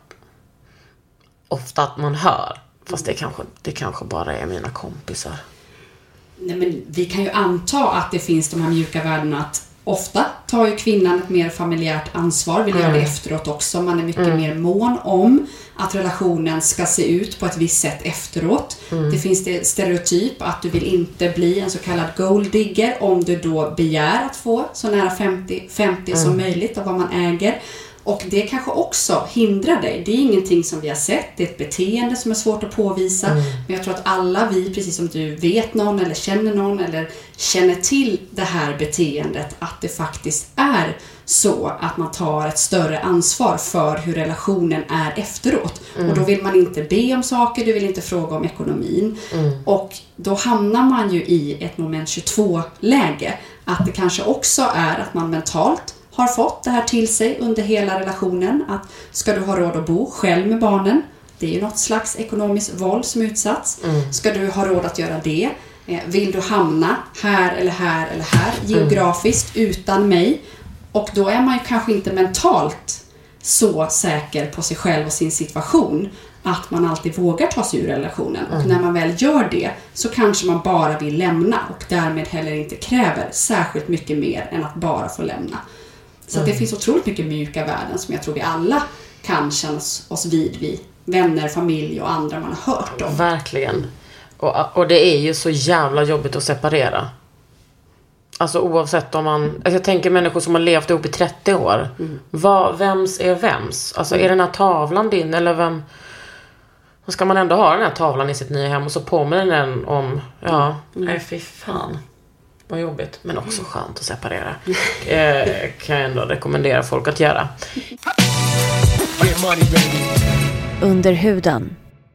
ofta att man hör. Fast det kanske, det kanske bara är mina kompisar. Nej, men vi kan ju anta att det finns de här mjuka värdena att ofta tar ju kvinnan ett mer familjärt ansvar, vill mm. göra det efteråt också. Man är mycket mm. mer mån om att relationen ska se ut på ett visst sätt efteråt. Mm. Det finns det stereotyp att du vill inte bli en så kallad gold digger om du då begär att få så nära femtio, femtio mm. som möjligt av vad man äger. Och det kanske också hindrar dig. Det är ingenting som vi har sett. Det är ett beteende som är svårt att påvisa. Mm. Men jag tror att alla vi, precis som du vet någon eller känner någon eller känner till det här beteendet, att det faktiskt är så att man tar ett större ansvar för hur relationen är efteråt. Mm. Och då vill man inte be om saker, du vill inte fråga om ekonomin. Mm. Och då hamnar man ju i ett moment tjugotvå-läge. Att det kanske också är att man mentalt har fått det här till sig under hela relationen. Att ska du ha råd att bo själv med barnen? Det är ju något slags ekonomisk våld som utsatts. Mm. Ska du ha råd att göra det? Vill du hamna här eller här eller här geografiskt mm. utan mig? Och då är man ju kanske inte mentalt så säker på sig själv och sin situation att man alltid vågar ta sig ur relationen. Mm. Och när man väl gör det så kanske man bara vill lämna och därmed heller inte kräver särskilt mycket mer än att bara få lämna. Så mm. att det finns otroligt mycket mjuka värden som jag tror vi alla kan känna oss vid, vid vänner, familj och andra man har hört om. Verkligen. Och, och det är ju så jävla jobbigt att separera. Alltså oavsett om man... Alltså jag tänker människor som har levt ihop i trettio år. Mm. Vad, vems är vems? Alltså är den här tavlan din eller vem... Då ska man ändå ha den här tavlan i sitt nya hem och så påminner den om... Ja, mm. nej fy fan. Vad jobbigt, men också skönt att separera. eh, kan jag ändå rekommendera folk att göra. Under huden.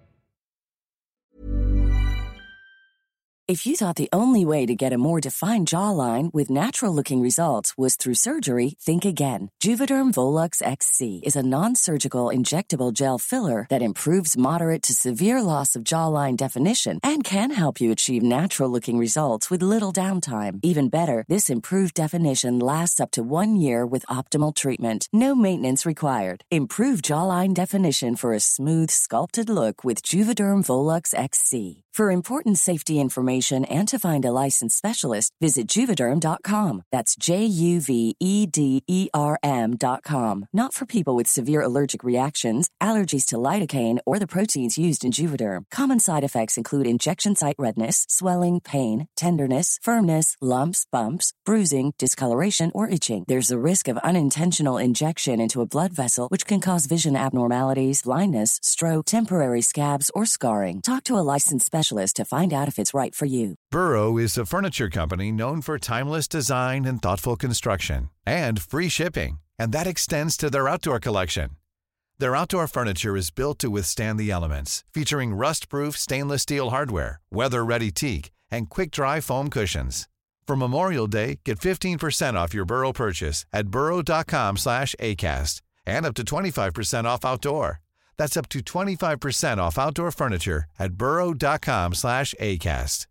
If you thought the only way to get a more defined jawline with natural-looking results was through surgery, think again. Juvederm Volux X C is a non-surgical injectable gel filler that improves moderate to severe loss of jawline definition and can help you achieve natural-looking results with little downtime. Even better, this improved definition lasts up to one year with optimal treatment. No maintenance required. Improve jawline definition for a smooth, sculpted look with Juvederm Volux X C. For important safety information and to find a licensed specialist, visit Juvederm dot com. That's J U V E D E R M dot com. Not for people with severe allergic reactions, allergies to lidocaine, or the proteins used in Juvederm. Common side effects include injection site redness, swelling, pain, tenderness, firmness, lumps, bumps, bruising, discoloration, or itching. There's a risk of unintentional injection into a blood vessel, which can cause vision abnormalities, blindness, stroke, temporary scabs, or scarring. Talk to a licensed specialist to find out if it's right for you. Burrow is a furniture company known for timeless design and thoughtful construction and free shipping, and that extends to their outdoor collection. Their outdoor furniture is built to withstand the elements, featuring rust-proof stainless steel hardware, weather-ready teak, and quick-dry foam cushions. For Memorial Day, get fifteen percent off your Burrow purchase at burrow dot com slash acast and up to twenty-five percent off outdoor. That's up to twenty-five percent off outdoor furniture at burrow dot com slash acast.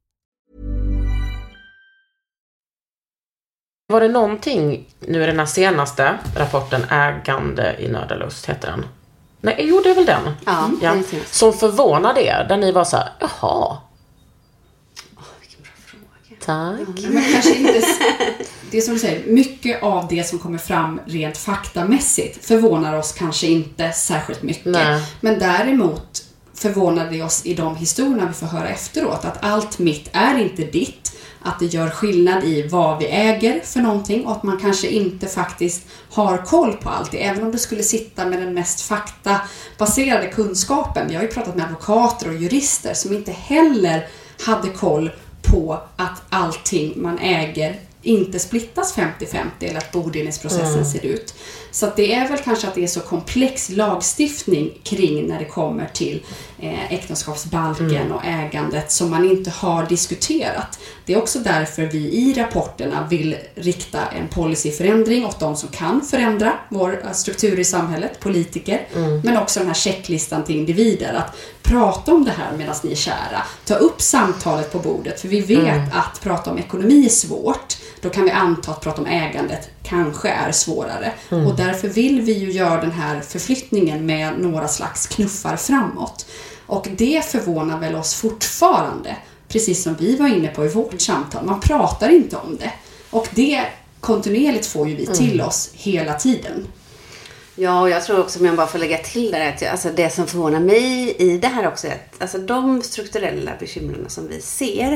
Var det någonting, nu är den här senaste rapporten Ägande i nöd och lust heter den. Nej, jo det är väl den. Ja, ja. Som förvånade er, där ni var så här, jaha. Åh, vilken bra fråga. Tack. Men kanske inte, det är som du säger, mycket av det som kommer fram rent faktamässigt förvånar oss kanske inte särskilt mycket. Nej. Men däremot förvånar det oss i de historierna vi får höra efteråt, att allt mitt är inte ditt. att det gör skillnad i vad vi äger för någonting och att man kanske inte faktiskt har koll på allt. Även om du skulle sitta med den mest faktabaserade kunskapen. Jag har ju pratat med advokater och jurister som inte heller hade koll på att allting man äger inte splittas femtio femtio eller att bodelningsprocessen mm. ser ut. Så att det är väl kanske att det är så komplex lagstiftning kring när det kommer till eh, äktenskapsbalken mm. och ägandet som man inte har diskuterat. Det är också därför vi i rapporterna vill rikta en policyförändring åt de som kan förändra vår struktur i samhället, politiker, mm. men också den här checklistan till individer. Att prata om det här medan ni är kära. Ta upp samtalet på bordet, för vi vet mm. att prata om ekonomi är svårt. Då kan vi anta att prata om ägandet kanske är svårare. Mm. Och därför vill vi ju göra den här förflyttningen med några slags knuffar framåt. Och det förvånar väl oss fortfarande. Precis som vi var inne på i vårt samtal. Man pratar inte om det. Och det kontinuerligt får ju vi till mm. oss hela tiden. Ja, och jag tror också, om jag bara får lägga till det, att alltså det som förvånar mig i det här också är att alltså de strukturella bekymren som vi ser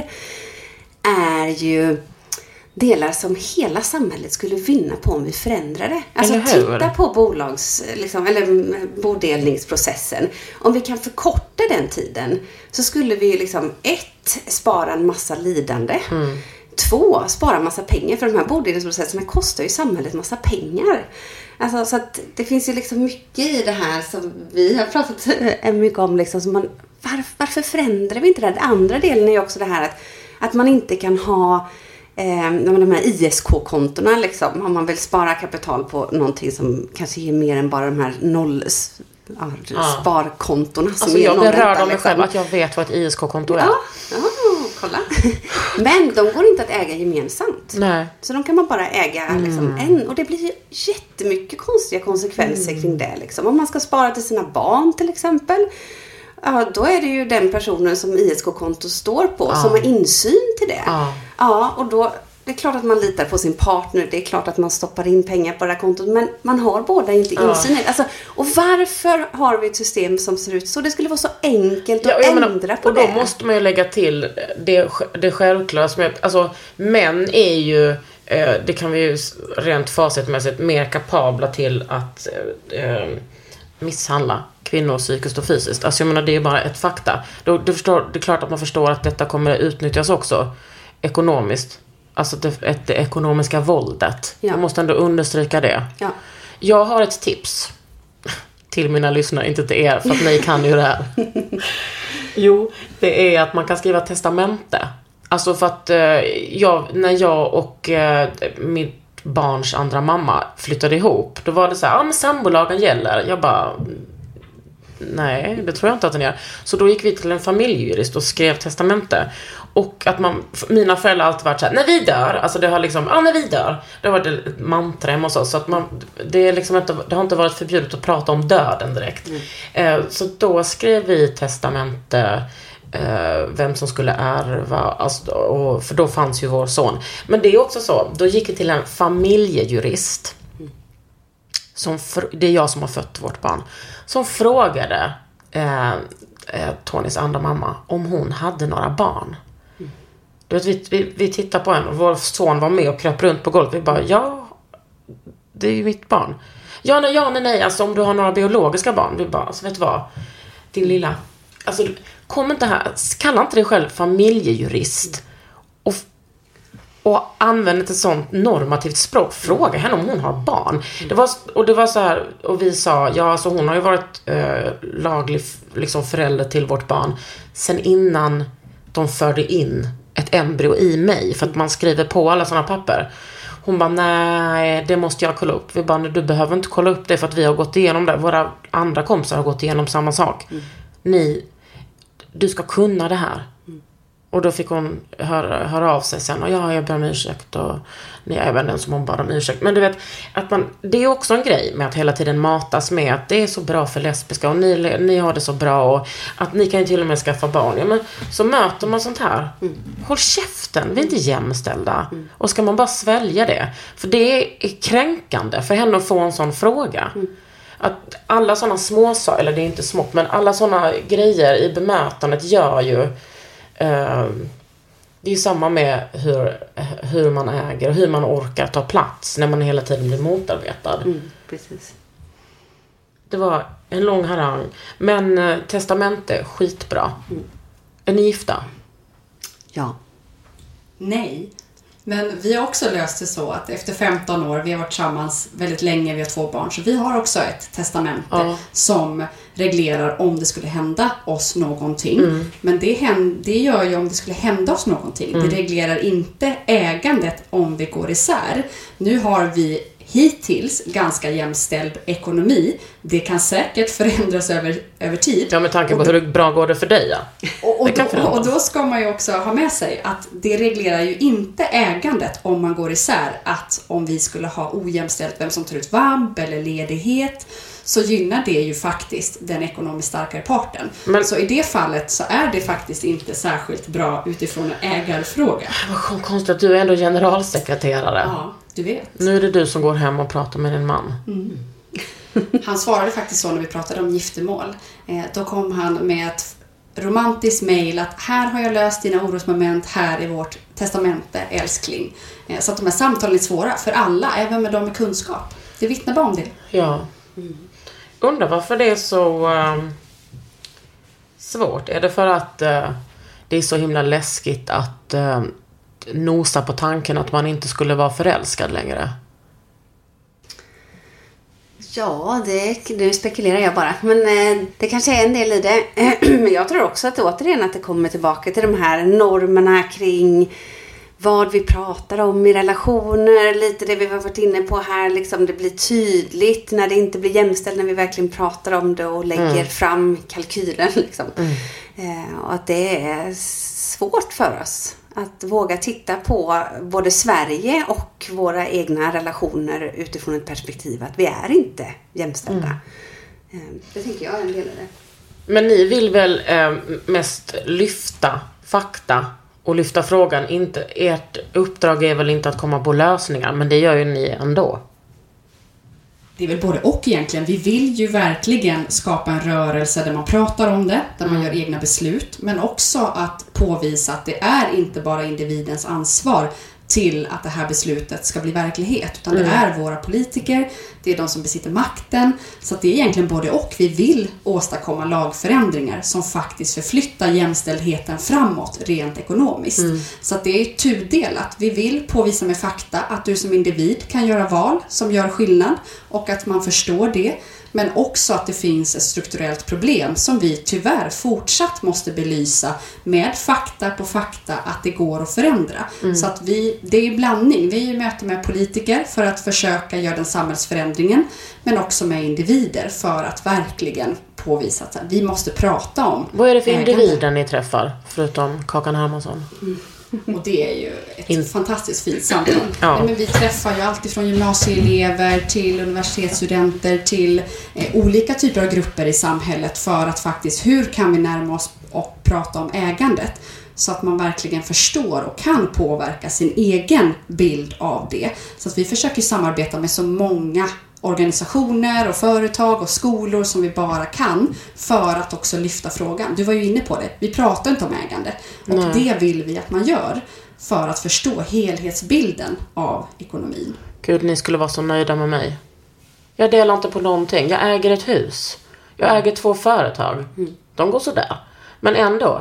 är ju delar som hela samhället skulle vinna på om vi förändrar det. Alltså titta på bolags, liksom, eller bodelningsprocessen. Om vi kan förkorta den tiden så skulle vi liksom ett, spara en massa lidande. Mm. Två, spara en massa pengar. För de här bodelningsprocesserna kostar ju samhället massa pengar. Alltså, så att det finns ju liksom mycket i det här som vi har pratat mycket om. Liksom, som man, var, varför förändrar vi inte det? Den andra delen är ju också det här att, att man inte kan ha Eh, de här I S K-kontona liksom, om man vill spara kapital på någonting som kanske ger mer än bara de här noll ja, ja. sparkontona som alltså är jag berörd av mig liksom. Själv att jag vet vad ett I S K-konto är. Ja, ja kolla. Men de går inte att äga gemensamt. Nej. Så de kan man bara äga mm. liksom, en. Och det blir ju jättemycket konstiga konsekvenser mm. kring det. Liksom. Om man ska spara till sina barn till exempel. Ja, då är det ju den personen som I S K-konto står på ja. som har insyn till det. Ja. ja, och då det är klart att man litar på sin partner. Det är klart att man stoppar in pengar på det här kontot. Men man har båda inte insyn. Ja. Alltså, och varför har vi ett system som ser ut så? Det skulle vara så enkelt att ja, ändra menar, på och det. Och då måste man ju lägga till det, det självklara. Som är, alltså, män är ju, eh, det kan vi ju rent facitmässigt, mer kapabla till att eh, misshandla kvinnor psykiskt och fysiskt. Alltså jag menar, det är bara ett fakta. Då, du förstår, det är klart att man förstår att detta kommer att utnyttjas också ekonomiskt. Alltså det, ett, det ekonomiska våldet. Ja. Jag måste ändå understryka det. Ja. Jag har ett tips till mina lyssnare, inte till er, för att ni kan ju det här. Jo, det är att man kan skriva testamente. Alltså för att eh, jag, när jag och eh, mitt barns andra mamma flyttade ihop, då var det så här, ja men sambolagen gäller. Jag bara, nej, det tror jag inte att den gör. Så då gick vi till en familjejurist och skrev testamente. Och att man, mina föräldrar har alltid varit så här, när vi dör, alltså det har liksom, ja när vi dör, det har varit ett mantra hemma hos oss. Så att man, det, är liksom inte, det har inte varit förbjudet att prata om döden direkt. Mm. Eh, så då skrev vi testamente, eh, vem som skulle ärva, alltså, och, för då fanns ju vår son. Men det är också så, då gick vi till en familjejurist. Som för, det är jag som har fött vårt barn. Som frågade eh, eh, Tonys andra mamma om hon hade några barn. Mm. Du vet, vi, vi, vi tittar på henne och vår son var med och kröp runt på golvet. Vi bara, ja, det är ju mitt barn. Ja, nej, ja, nej, nej, alltså om du har några biologiska barn. Vi bara, alltså vet du vad, din lilla, alltså kom inte här, kalla inte dig själv familjejurist. Och Och använde ett sånt normativt språk. Fråga henne om hon har barn. Det var, och det var så här, och vi sa, ja alltså hon har ju varit eh, laglig liksom förälder till vårt barn sen innan de förde in ett embryo i mig. För att man skriver på alla såna papper. Hon bara, nej, det måste jag kolla upp. Vi bara, du behöver inte kolla upp det för att vi har gått igenom det. Våra andra kompisar har gått igenom samma sak. Mm. Ni, du ska kunna det här. Mm. Och då fick hon höra, höra av sig sen. Och ja, jag ber om ursäkt. Och nej, jag vet inte som hon bad om ursäkt. Men du vet, att man, det är också en grej med att hela tiden matas med att det är så bra för lesbiska. Och ni, ni har det så bra. Och att ni kan ju till och med skaffa barn. Ja, men så möter man sånt här. Mm. Håll käften, vi är inte jämställda. Mm. Och ska man bara svälja det. För det är kränkande för henne att få en sån fråga. Mm. Att alla såna små, eller det är inte smått, men alla såna grejer i bemötandet gör ju Uh, Det är ju samma med hur, hur man äger och hur man orkar ta plats när man hela tiden blir motarbetad. Mm, precis. Det var en lång harang. Men eh, testamente, skitbra. Mm. Är ni gifta? Ja. Nej. Men vi har också löst det så att efter femton år, vi har varit tillsammans väldigt länge, vi har två barn, så vi har också ett testamente ja. som reglerar om det skulle hända oss någonting. Mm. Men det, händer, det gör ju om det skulle hända oss någonting. Mm. Det reglerar inte ägandet om vi går isär. Nu har vi hittills ganska jämställd ekonomi. Det kan säkert förändras över, över tid. Ja, med tanke på hur bra går det för dig, ja. Och, och, då, och då ska man ju också ha med sig att det reglerar ju inte ägandet om man går isär. Att om vi skulle ha ojämställt vem som tar ut vab eller ledighet, så gynnar det ju faktiskt den ekonomiskt starkare parten. Men, så i det fallet så är det faktiskt inte särskilt bra utifrån en ägarfråga. Vad konstigt att du är ändå generalsekreterare. Ja, du vet. Nu är det du som går hem och pratar med din man. Mm. Han svarade faktiskt så när vi pratade om giftermål. Eh, då kom han med ett romantiskt mejl att här har jag löst dina orosmoment, här är vårt testamente, älskling. Eh, så att de här samtalen är svåra för alla, även med dem med kunskap. Det vittnar bara om det. Ja. Mm. Undrar varför det är så uh, svårt. Är det för att uh, det är så himla läskigt att uh, nosa på tanken att man inte skulle vara förälskad längre? Ja, det, det spekulerar jag bara. Men eh, det kanske är en del i det. Men jag tror också att återigen att det kommer tillbaka till de här normerna kring vad vi pratar om i relationer. Lite det vi har varit inne på här. Liksom det blir tydligt när det inte blir jämställt. När vi verkligen pratar om det och lägger mm. fram kalkylen. Liksom. Mm. Eh, och att det är svårt för oss. Att våga titta på både Sverige och våra egna relationer utifrån ett perspektiv att vi är inte jämställda. Mm. Det tänker jag är en del av det. Men ni vill väl eh, mest lyfta fakta och lyfta frågan. Inte, ert uppdrag är väl inte att komma på lösningar, men det gör ju ni ändå. Det är väl både och egentligen. Vi vill ju verkligen skapa en rörelse där man pratar om det, där man gör egna beslut, men också att påvisa att det är inte bara individens ansvar till att det här beslutet ska bli verklighet, utan mm. det är våra politiker, det är de som besitter makten, så att det är egentligen både och. Vi vill åstadkomma lagförändringar som faktiskt förflyttar jämställdheten framåt rent ekonomiskt. Mm. Så att det är tudelat. Vi vill påvisa med fakta att du som individ kan göra val som gör skillnad och att man förstår det. Men också att det finns ett strukturellt problem som vi tyvärr fortsatt måste belysa med fakta på fakta att det går att förändra. Mm. Så att vi, det är en blandning. Vi möter med politiker för att försöka göra den samhällsförändringen, men också med individer för att verkligen påvisa att vi måste prata om. Vad är det för ägande. individer ni träffar förutom Kakan Hermansson? Mm. Och det är ju ett In... fantastiskt fint samtal. Ja. Men vi träffar ju alltid från gymnasieelever till universitetsstudenter till eh, olika typer av grupper i samhället för att faktiskt, hur kan vi närma oss och prata om ägandet så att man verkligen förstår och kan påverka sin egen bild av det. Så att vi försöker samarbeta med så många organisationer och företag och skolor som vi bara kan för att också lyfta frågan. Du var ju inne på det. Vi pratar inte om ägande. Och Nej. det vill vi att man gör för att förstå helhetsbilden av ekonomin. Gud, ni skulle vara så nöjda med mig. Jag delar inte på någonting. Jag äger ett hus. Jag äger två företag. Mm. De går så där. Men ändå.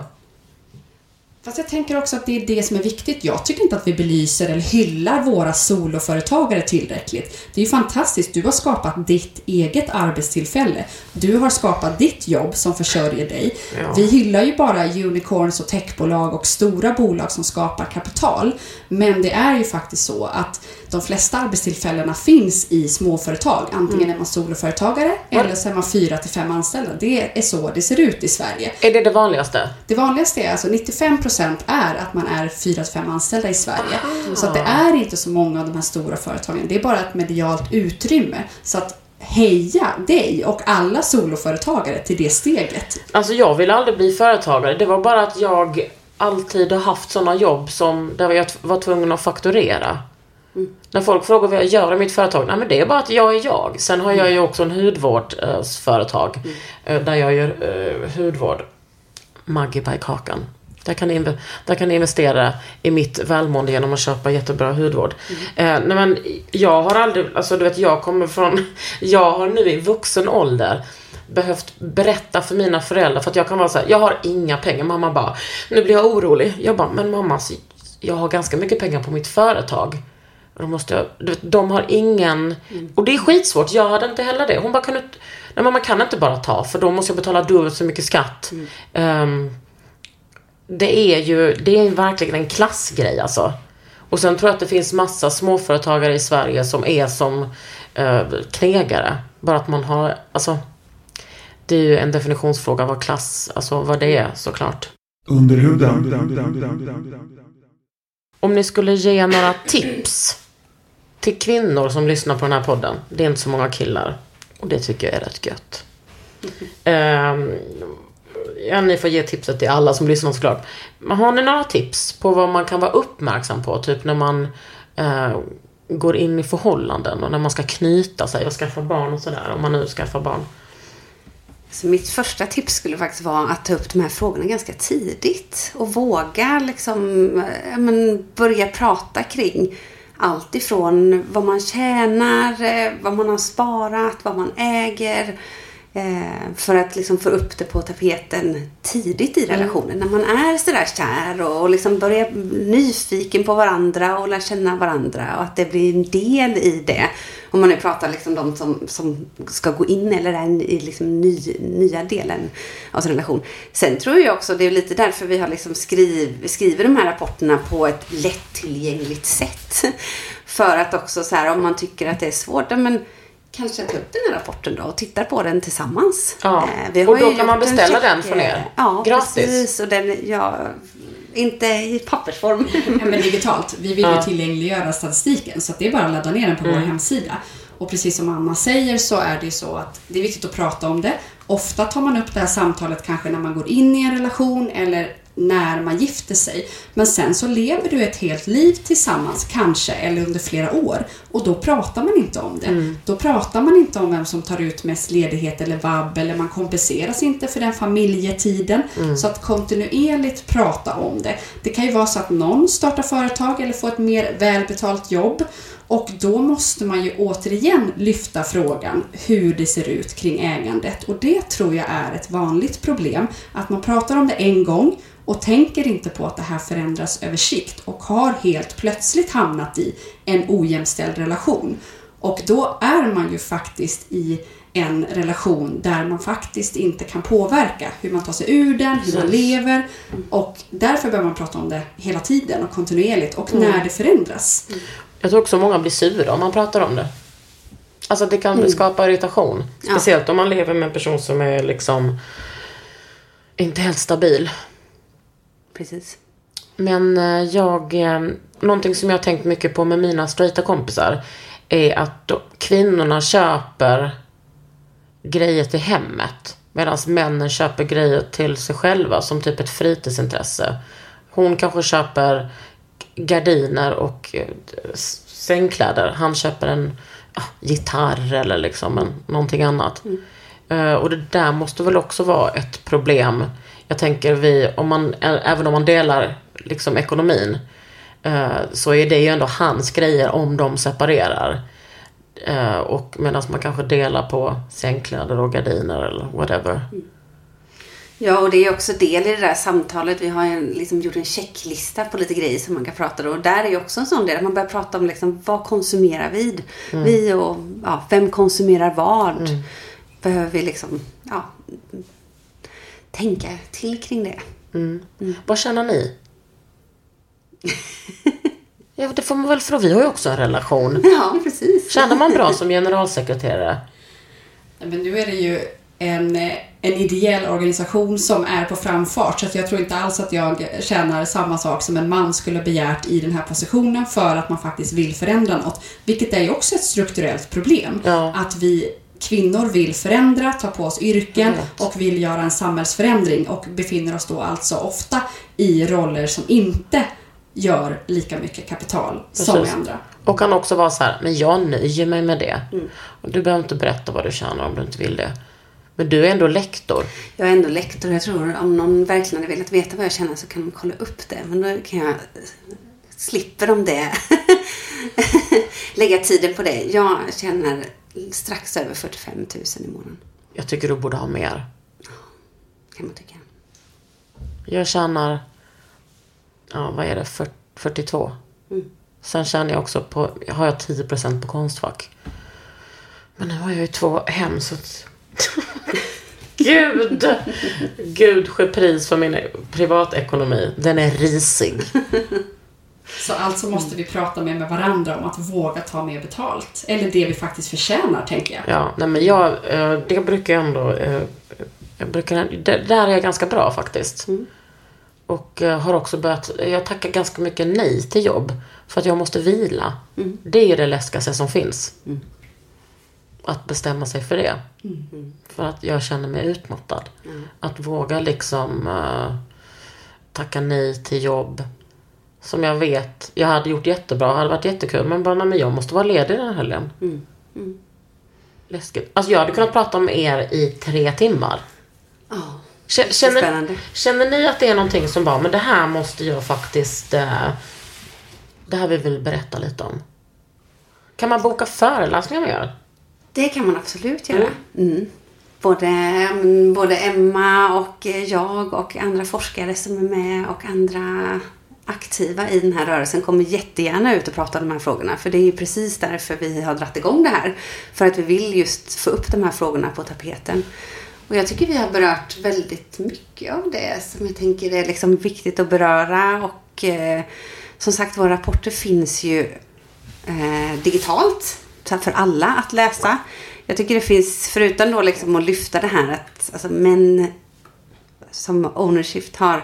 Fast jag tänker också att det är det som är viktigt. Jag tycker inte att vi belyser eller hyllar våra soloföretagare tillräckligt. Det är ju fantastiskt. Du har skapat ditt eget arbetstillfälle. Du har skapat ditt jobb som försörjer dig. Ja. Vi hyllar ju bara unicorns och techbolag och stora bolag som skapar kapital. Men det är ju faktiskt så att de flesta arbetstillfällena finns i småföretag. Antingen mm. är man soloföretagare mm. eller så är man fyra till fem anställda. Det är så det ser ut i Sverige. Är det det vanligaste? Det vanligaste är alltså nittiofem procent är att man är fyra till fem anställda i Sverige. Aha. Så att det är inte så många av de här stora företagen. Det är bara ett medialt utrymme. Så att heja dig och alla soloföretagare till det steget. Alltså jag vill aldrig bli företagare. Det var bara att jag alltid har haft sådana jobb som där jag var tvungen att fakturera. Mm. När folk frågar vad jag gör i mitt företag, nej men det är bara att jag är jag. Sen har jag ju också en hudvårdsföretag mm. där jag gör uh, hudvård. Maggie by Kakan. Där kan, ni, där kan ni investera i mitt välmående genom att köpa jättebra hudvård. Mm. Eh, nej men, jag har aldrig, alltså du vet, jag kommer från, jag har nu i vuxen ålder behövt berätta för mina föräldrar, för att jag kan vara så här, jag har inga pengar. Mamma bara, nu blir jag orolig. Jag bara, men mamma, jag har ganska mycket pengar på mitt företag. De, måste jag, du vet, de har ingen, mm. och det är skitsvårt, jag hade inte heller det. Hon bara, kan du, nej men man kan inte bara ta, för då måste jag betala dubbelt så mycket skatt. Mm. Um, det är ju, det är verkligen en klassgrej alltså. Och sen tror jag att det finns massa småföretagare i Sverige som är som uh, knegare. Bara att man har, alltså, det är ju en definitionsfråga vad klass, alltså vad det är, såklart. Under huden. Om ni skulle ge några tips till kvinnor som lyssnar på den här podden. Det är inte så många killar. Och det tycker jag är rätt gött. um, ja, ni får ge tipset till alla som lyssnar såklart. Men har ni några tips på vad man kan vara uppmärksam på? Typ när man uh, går in i förhållanden och när man ska knyta sig och skaffa barn och sådär. Om man nu skaffar barn. Så mitt första tips skulle faktiskt vara att ta upp de här frågorna ganska tidigt. Och våga liksom, ja, men börja prata kring allt ifrån vad man tjänar, vad man har sparat, vad man äger. För att liksom få upp det på tapeten tidigt i relationen. Mm. När man är sådär kär och liksom börjar nyfiken på varandra och lär känna varandra. Och att det blir en del i det. Om man nu pratar liksom de som, som ska gå in eller är i liksom ny, nya delen av sin relation. Sen tror jag också, det är lite därför vi har liksom skriv, skriver de här rapporterna på ett lättillgängligt sätt. För att också så här, om man tycker att det är svårt, men kanske ta upp den här rapporten då och titta på den tillsammans. Ja. Vi har och då kan man beställa den från er. Ja, gratis. Precis. Och den, ja, inte i pappersform. Ja, men digitalt. Vi vill ju ja. tillgängliggöra statistiken, så att det är bara att ladda ner den på mm. vår hemsida. Och precis som Anna säger så är det så att det är viktigt att prata om det. Ofta tar man upp det här samtalet kanske när man går in i en relation eller när man gifter sig. Men sen så lever du ett helt liv tillsammans kanske eller under flera år. Och då pratar man inte om det. Mm. Då pratar man inte om vem som tar ut mest ledighet eller vabb. Eller man kompenseras inte för den familjetiden. Mm. Så att kontinuerligt prata om det. Det kan ju vara så att någon startar företag eller får ett mer välbetalt jobb. Och då måste man ju återigen lyfta frågan hur det ser ut kring ägandet. Och det tror jag är ett vanligt problem. Att man pratar om det en gång och tänker inte på att det här förändras över sikt. Och har helt plötsligt hamnat i en ojämställd relation. Och då är man ju faktiskt i en relation där man faktiskt inte kan påverka hur man tar sig ur den, hur man lever. Och därför bör man prata om det hela tiden och kontinuerligt och mm. när det förändras. Mm. Jag tror också många blir sura om man pratar om det. Alltså det kan mm. skapa irritation. Speciellt ja. om man lever med en person som är liksom inte helt stabil. Precis. Men jag, någonting som jag har tänkt mycket på med mina straighta kompisar är att då, kvinnorna köper grejer till hemmet. Medan männen köper grejer till sig själva som typ ett fritidsintresse. Hon kanske köper gardiner och sängkläder. Han köper en ja, gitarr eller liksom en, någonting annat. Mm. Uh, och det där måste väl också vara ett problem. Jag tänker vi, om man, även om man delar liksom ekonomin, uh, så är det ju ändå hans grejer om de separerar. Uh, och medan man kanske delar på sängkläder och gardiner eller whatever. Mm. Ja, och det är också del i det där samtalet. Vi har ju liksom gjort en checklista på lite grejer som man kan prata om. Och där är ju också en sån del att man börjar prata om liksom, vad konsumerar vi? Mm. Vi och ja, vem konsumerar vad? Mm. Behöver vi liksom ja, tänka till kring det. Mm. Mm. Vad känner ni? Ja, det får man väl, för vi har ju också en relation. Ja, precis. Känner man bra som generalsekreterare? Men nu är det ju en, en ideell organisation som är på framfart. Så att jag tror inte alls att jag känner samma sak som en man skulle begärt i den här positionen för att man faktiskt vill förändra något. Vilket är ju också ett strukturellt problem. Ja. Att vi kvinnor vill förändra, ta på oss yrken och vill göra en samhällsförändring och befinner oss då alltså ofta i roller som inte gör lika mycket kapital Precis. som andra. Och kan också vara så här, men jag nöjer mig med det. Mm. Och du behöver inte berätta vad du tjänar om du inte vill det. Men du är ändå lektor. Jag är ändå lektor. Jag tror om någon verkligen hade velat veta vad jag känner så kan de kolla upp det. Men då kan jag slipper de det. Lägga tiden på det. Jag känner strax över fyrtiofem tusen i månaden. Jag tycker du borde ha mer. Kan man tycka. Jag tjänar, ja vad är det, fyrtiotvå. Mm. Sen tjänar jag också på, har jag tio procent på Konstfack. Men nu har jag ju två hem så att... Gud, Gud sker pris för min privatekonomi. Den är risig. Så alltså måste vi prata mer med varandra om att våga ta mer betalt. Eller det vi faktiskt förtjänar, tänker jag. Ja, nej men jag, det brukar jag ändå, jag brukar, det, där är jag ganska bra faktiskt. Mm. Och har också börjat, jag tackar ganska mycket nej till jobb. För att jag måste vila. Mm. Det är ju det läskigaste som finns. Mm. Att bestämma sig för det. Mm. För att jag känner mig utmattad. Mm. Att våga liksom uh, tacka nej till jobb. Som jag vet, jag hade gjort jättebra, hade varit jättekul. Men bara, nej, men jag måste vara ledig den här helgen. Mm. Mm. Läskigt. Alltså jag hade kunnat prata med er i tre timmar. Oh, känner, känner ni att det är någonting som bara, men det här måste jag faktiskt, uh, det här vill vi berätta lite om. Kan man boka föreläsningar med er? Det kan man absolut göra. Mm. Mm. Både, både Emma och jag och andra forskare som är med och andra aktiva i den här rörelsen kommer jättegärna ut och prata om de här frågorna. För det är ju precis därför vi har dratt igång det här. För att vi vill just få upp de här frågorna på tapeten. Och jag tycker vi har berört väldigt mycket av det som jag tänker är liksom viktigt att beröra. Och eh, som sagt, våra rapporter finns ju eh, digitalt för alla att läsa. Jag tycker det finns, förutom då liksom att lyfta det här att alltså män som Ownershift har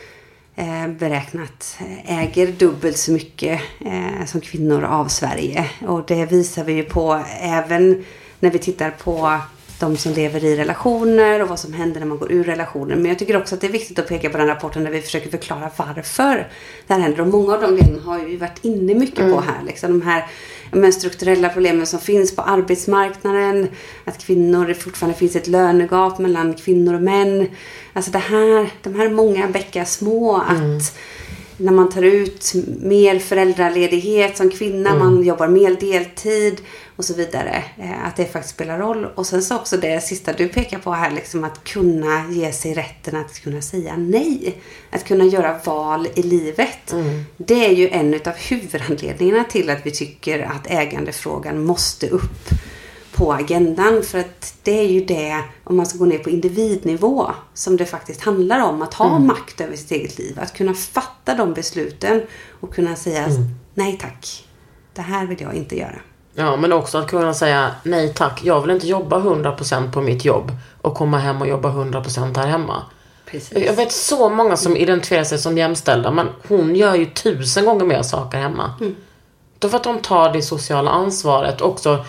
eh, beräknat äger dubbelt så mycket eh, som kvinnor av Sverige. Och det visar vi ju på även när vi tittar på de som lever i relationer och vad som händer när man går ur relationer. Men jag tycker också att det är viktigt att peka på den rapporten där vi försöker förklara varför det här händer. Och många av de delarna har ju varit inne mycket mm. på här. Liksom de här men, strukturella problemen som finns på arbetsmarknaden. Att kvinnor, det fortfarande finns ett lönegap mellan kvinnor och män. Alltså det här, de här många bäckar små mm. att när man tar ut mer föräldraledighet som kvinna, mm. man jobbar mer deltid och så vidare, att det faktiskt spelar roll. Och sen så också det sista du pekar på här, liksom att kunna ge sig rätten att kunna säga nej. Att kunna göra val i livet. Mm. Det är ju en av huvudanledningarna till att vi tycker att ägandefrågan måste upp på agendan. För att det är ju det, om man ska gå ner på individnivå, som det faktiskt handlar om. Att ha mm. makt över sitt eget liv. Att kunna fatta de besluten och kunna säga mm. nej tack, det här vill jag inte göra. Ja, men också att kunna säga nej tack, jag vill inte jobba hundra procent på mitt jobb och komma hem och jobba hundra procent här hemma. Precis. Jag vet så många som identifierar sig som jämställda, men hon gör ju tusen gånger mer saker hemma. Mm. Då för att de tar det sociala ansvaret också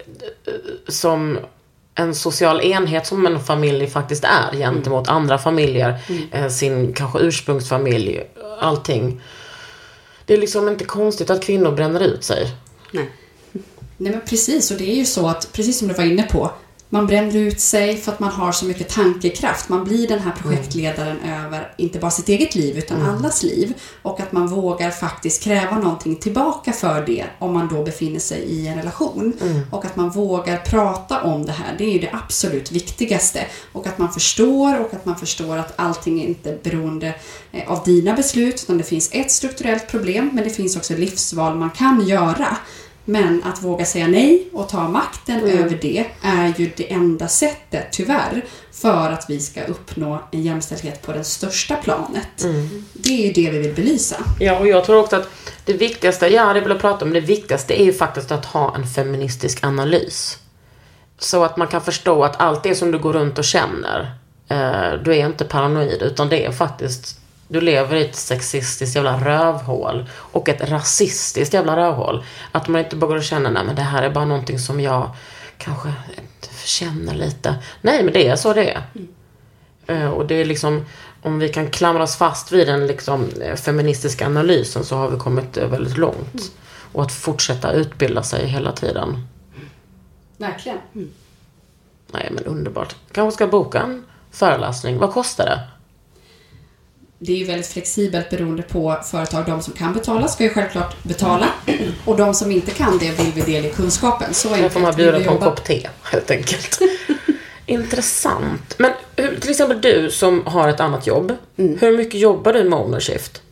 som en social enhet som en familj faktiskt är gentemot mm. andra familjer, mm. sin kanske ursprungsfamilj, allting. Det är liksom inte konstigt att kvinnor bränner ut sig. Nej. Nej men precis, och det är ju så att, precis som du var inne på, man bränner ut sig för att man har så mycket tankekraft. Man blir den här projektledaren mm. över inte bara sitt eget liv utan mm. allas liv. Och att man vågar faktiskt kräva någonting tillbaka för det om man då befinner sig i en relation. Mm. Och att man vågar prata om det här, det är ju det absolut viktigaste. Och att man förstår och att man förstår att allting är inte beroende av dina beslut, utan det finns ett strukturellt problem, men det finns också livsval man kan göra. Men att våga säga nej och ta makten mm. över det är ju det enda sättet, tyvärr, för att vi ska uppnå en jämställdhet på det största planet. Mm. Det är ju det vi vill belysa. Ja, och jag tror också att det viktigaste, ja det vill jag prata om, det viktigaste är ju faktiskt att ha en feministisk analys. Så att man kan förstå att allt det som du går runt och känner, eh, du är inte paranoid, utan det är faktiskt... Du lever i ett sexistiskt jävla rövhål. Och ett rasistiskt jävla rövhål. Att man inte bara går och känner, nej men det här är bara någonting som jag kanske känner lite. Nej, men det är så det är. Mm. Uh, och det är liksom, om vi kan klamra oss fast vid den liksom feministiska analysen, så har vi kommit väldigt långt. Mm. Och att fortsätta utbilda sig hela tiden. Verkligen. Mm. Nej, men underbart. Kanske ska boka en föreläsning. Vad kostar det? Det är ju väldigt flexibelt beroende på företag. De som kan betala ska ju självklart betala. Och de som inte kan det vill vi dela i kunskapen. Så enkelt får man bjuda på en kopp te, helt enkelt. Intressant. Men till exempel du som har ett annat jobb. Mm. Hur mycket jobbar du med Ownershift?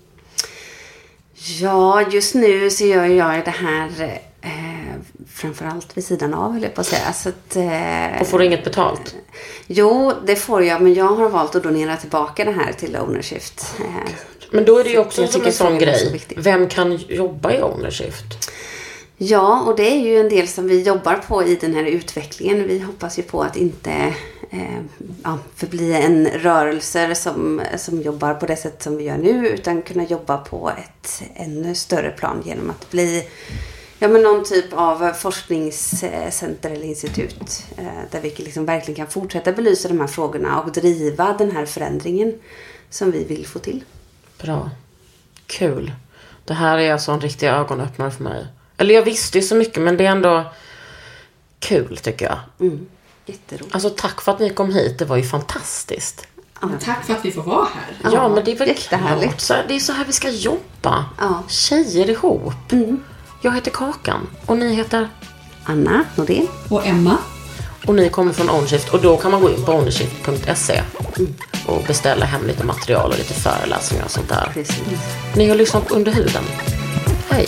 Ja, just nu så gör jag det här eh, framförallt vid sidan av, höll jag på att säga. Så att, eh, och får du inget betalt? Jo, det får jag, men jag har valt att donera tillbaka det här till Ownershift. Eh, men då är det ju också en sån, sån grej. Vem kan jobba i Ownershift? Ja, och det är ju en del som vi jobbar på i den här utvecklingen. Vi hoppas ju på att inte eh, ja, förbli en rörelse som, som jobbar på det sätt som vi gör nu, utan kunna jobba på ett ännu större plan genom att bli ja, men någon typ av forskningscenter eller institut eh, där vi liksom verkligen kan fortsätta belysa de här frågorna och driva den här förändringen som vi vill få till. Bra. Kul. Det här är alltså en riktig ögonöppnare för mig. Eller jag visste ju så mycket, men det är ändå kul, tycker jag. Mm. Jätteroligt. Alltså tack för att ni kom hit, det var ju fantastiskt. Ja, tack för att vi får vara här. Ja, ja men det är väl jättehärligt. Så det är så här vi ska jobba. Ja. Tjejer ihop. Mm. Jag heter Kakan och ni heter? Anna Nordin. Och Emma. Och ni kommer från Ownershift, och då kan man gå in på ownershift punkt se mm. och beställa hem lite material och lite föreläsningar och sånt där. Precis. Ni har lyssnat på Under huden. Hej!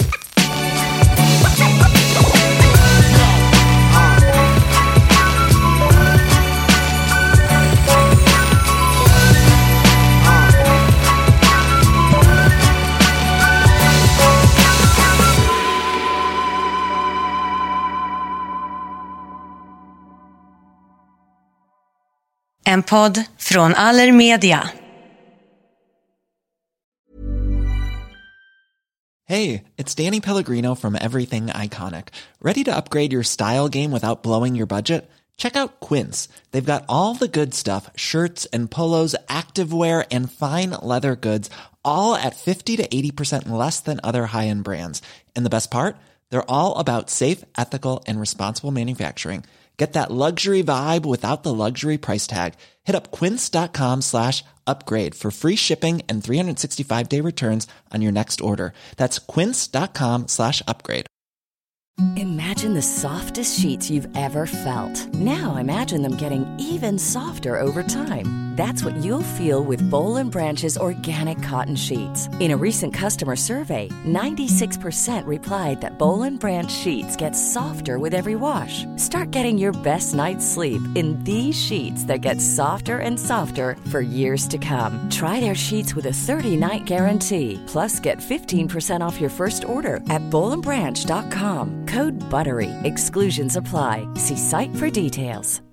En podd från Allermedia. Hey, it's Danny Pellegrino from Everything Iconic. Ready to upgrade your style game without blowing your budget? Check out Quince. They've got all the good stuff, shirts and polos, activewear and fine leather goods, all at fifty to eighty percent less than other high-end brands. And the best part? They're all about safe, ethical and responsible manufacturing. Get that luxury vibe without the luxury price tag. Hit up quince.com slash upgrade for free shipping and three sixty-five day returns on your next order. That's quince.com slash upgrade. Imagine the softest sheets you've ever felt. Now imagine them getting even softer over time. That's what you'll feel with Boll and Branch's organic cotton sheets. In a recent customer survey, ninety-six percent replied that Boll and Branch sheets get softer with every wash. Start getting your best night's sleep in these sheets that get softer and softer for years to come. Try their sheets with a thirty night guarantee. Plus get fifteen percent off your first order at boll and branch dot com. Code BUTTERY. Exclusions apply. See site for details.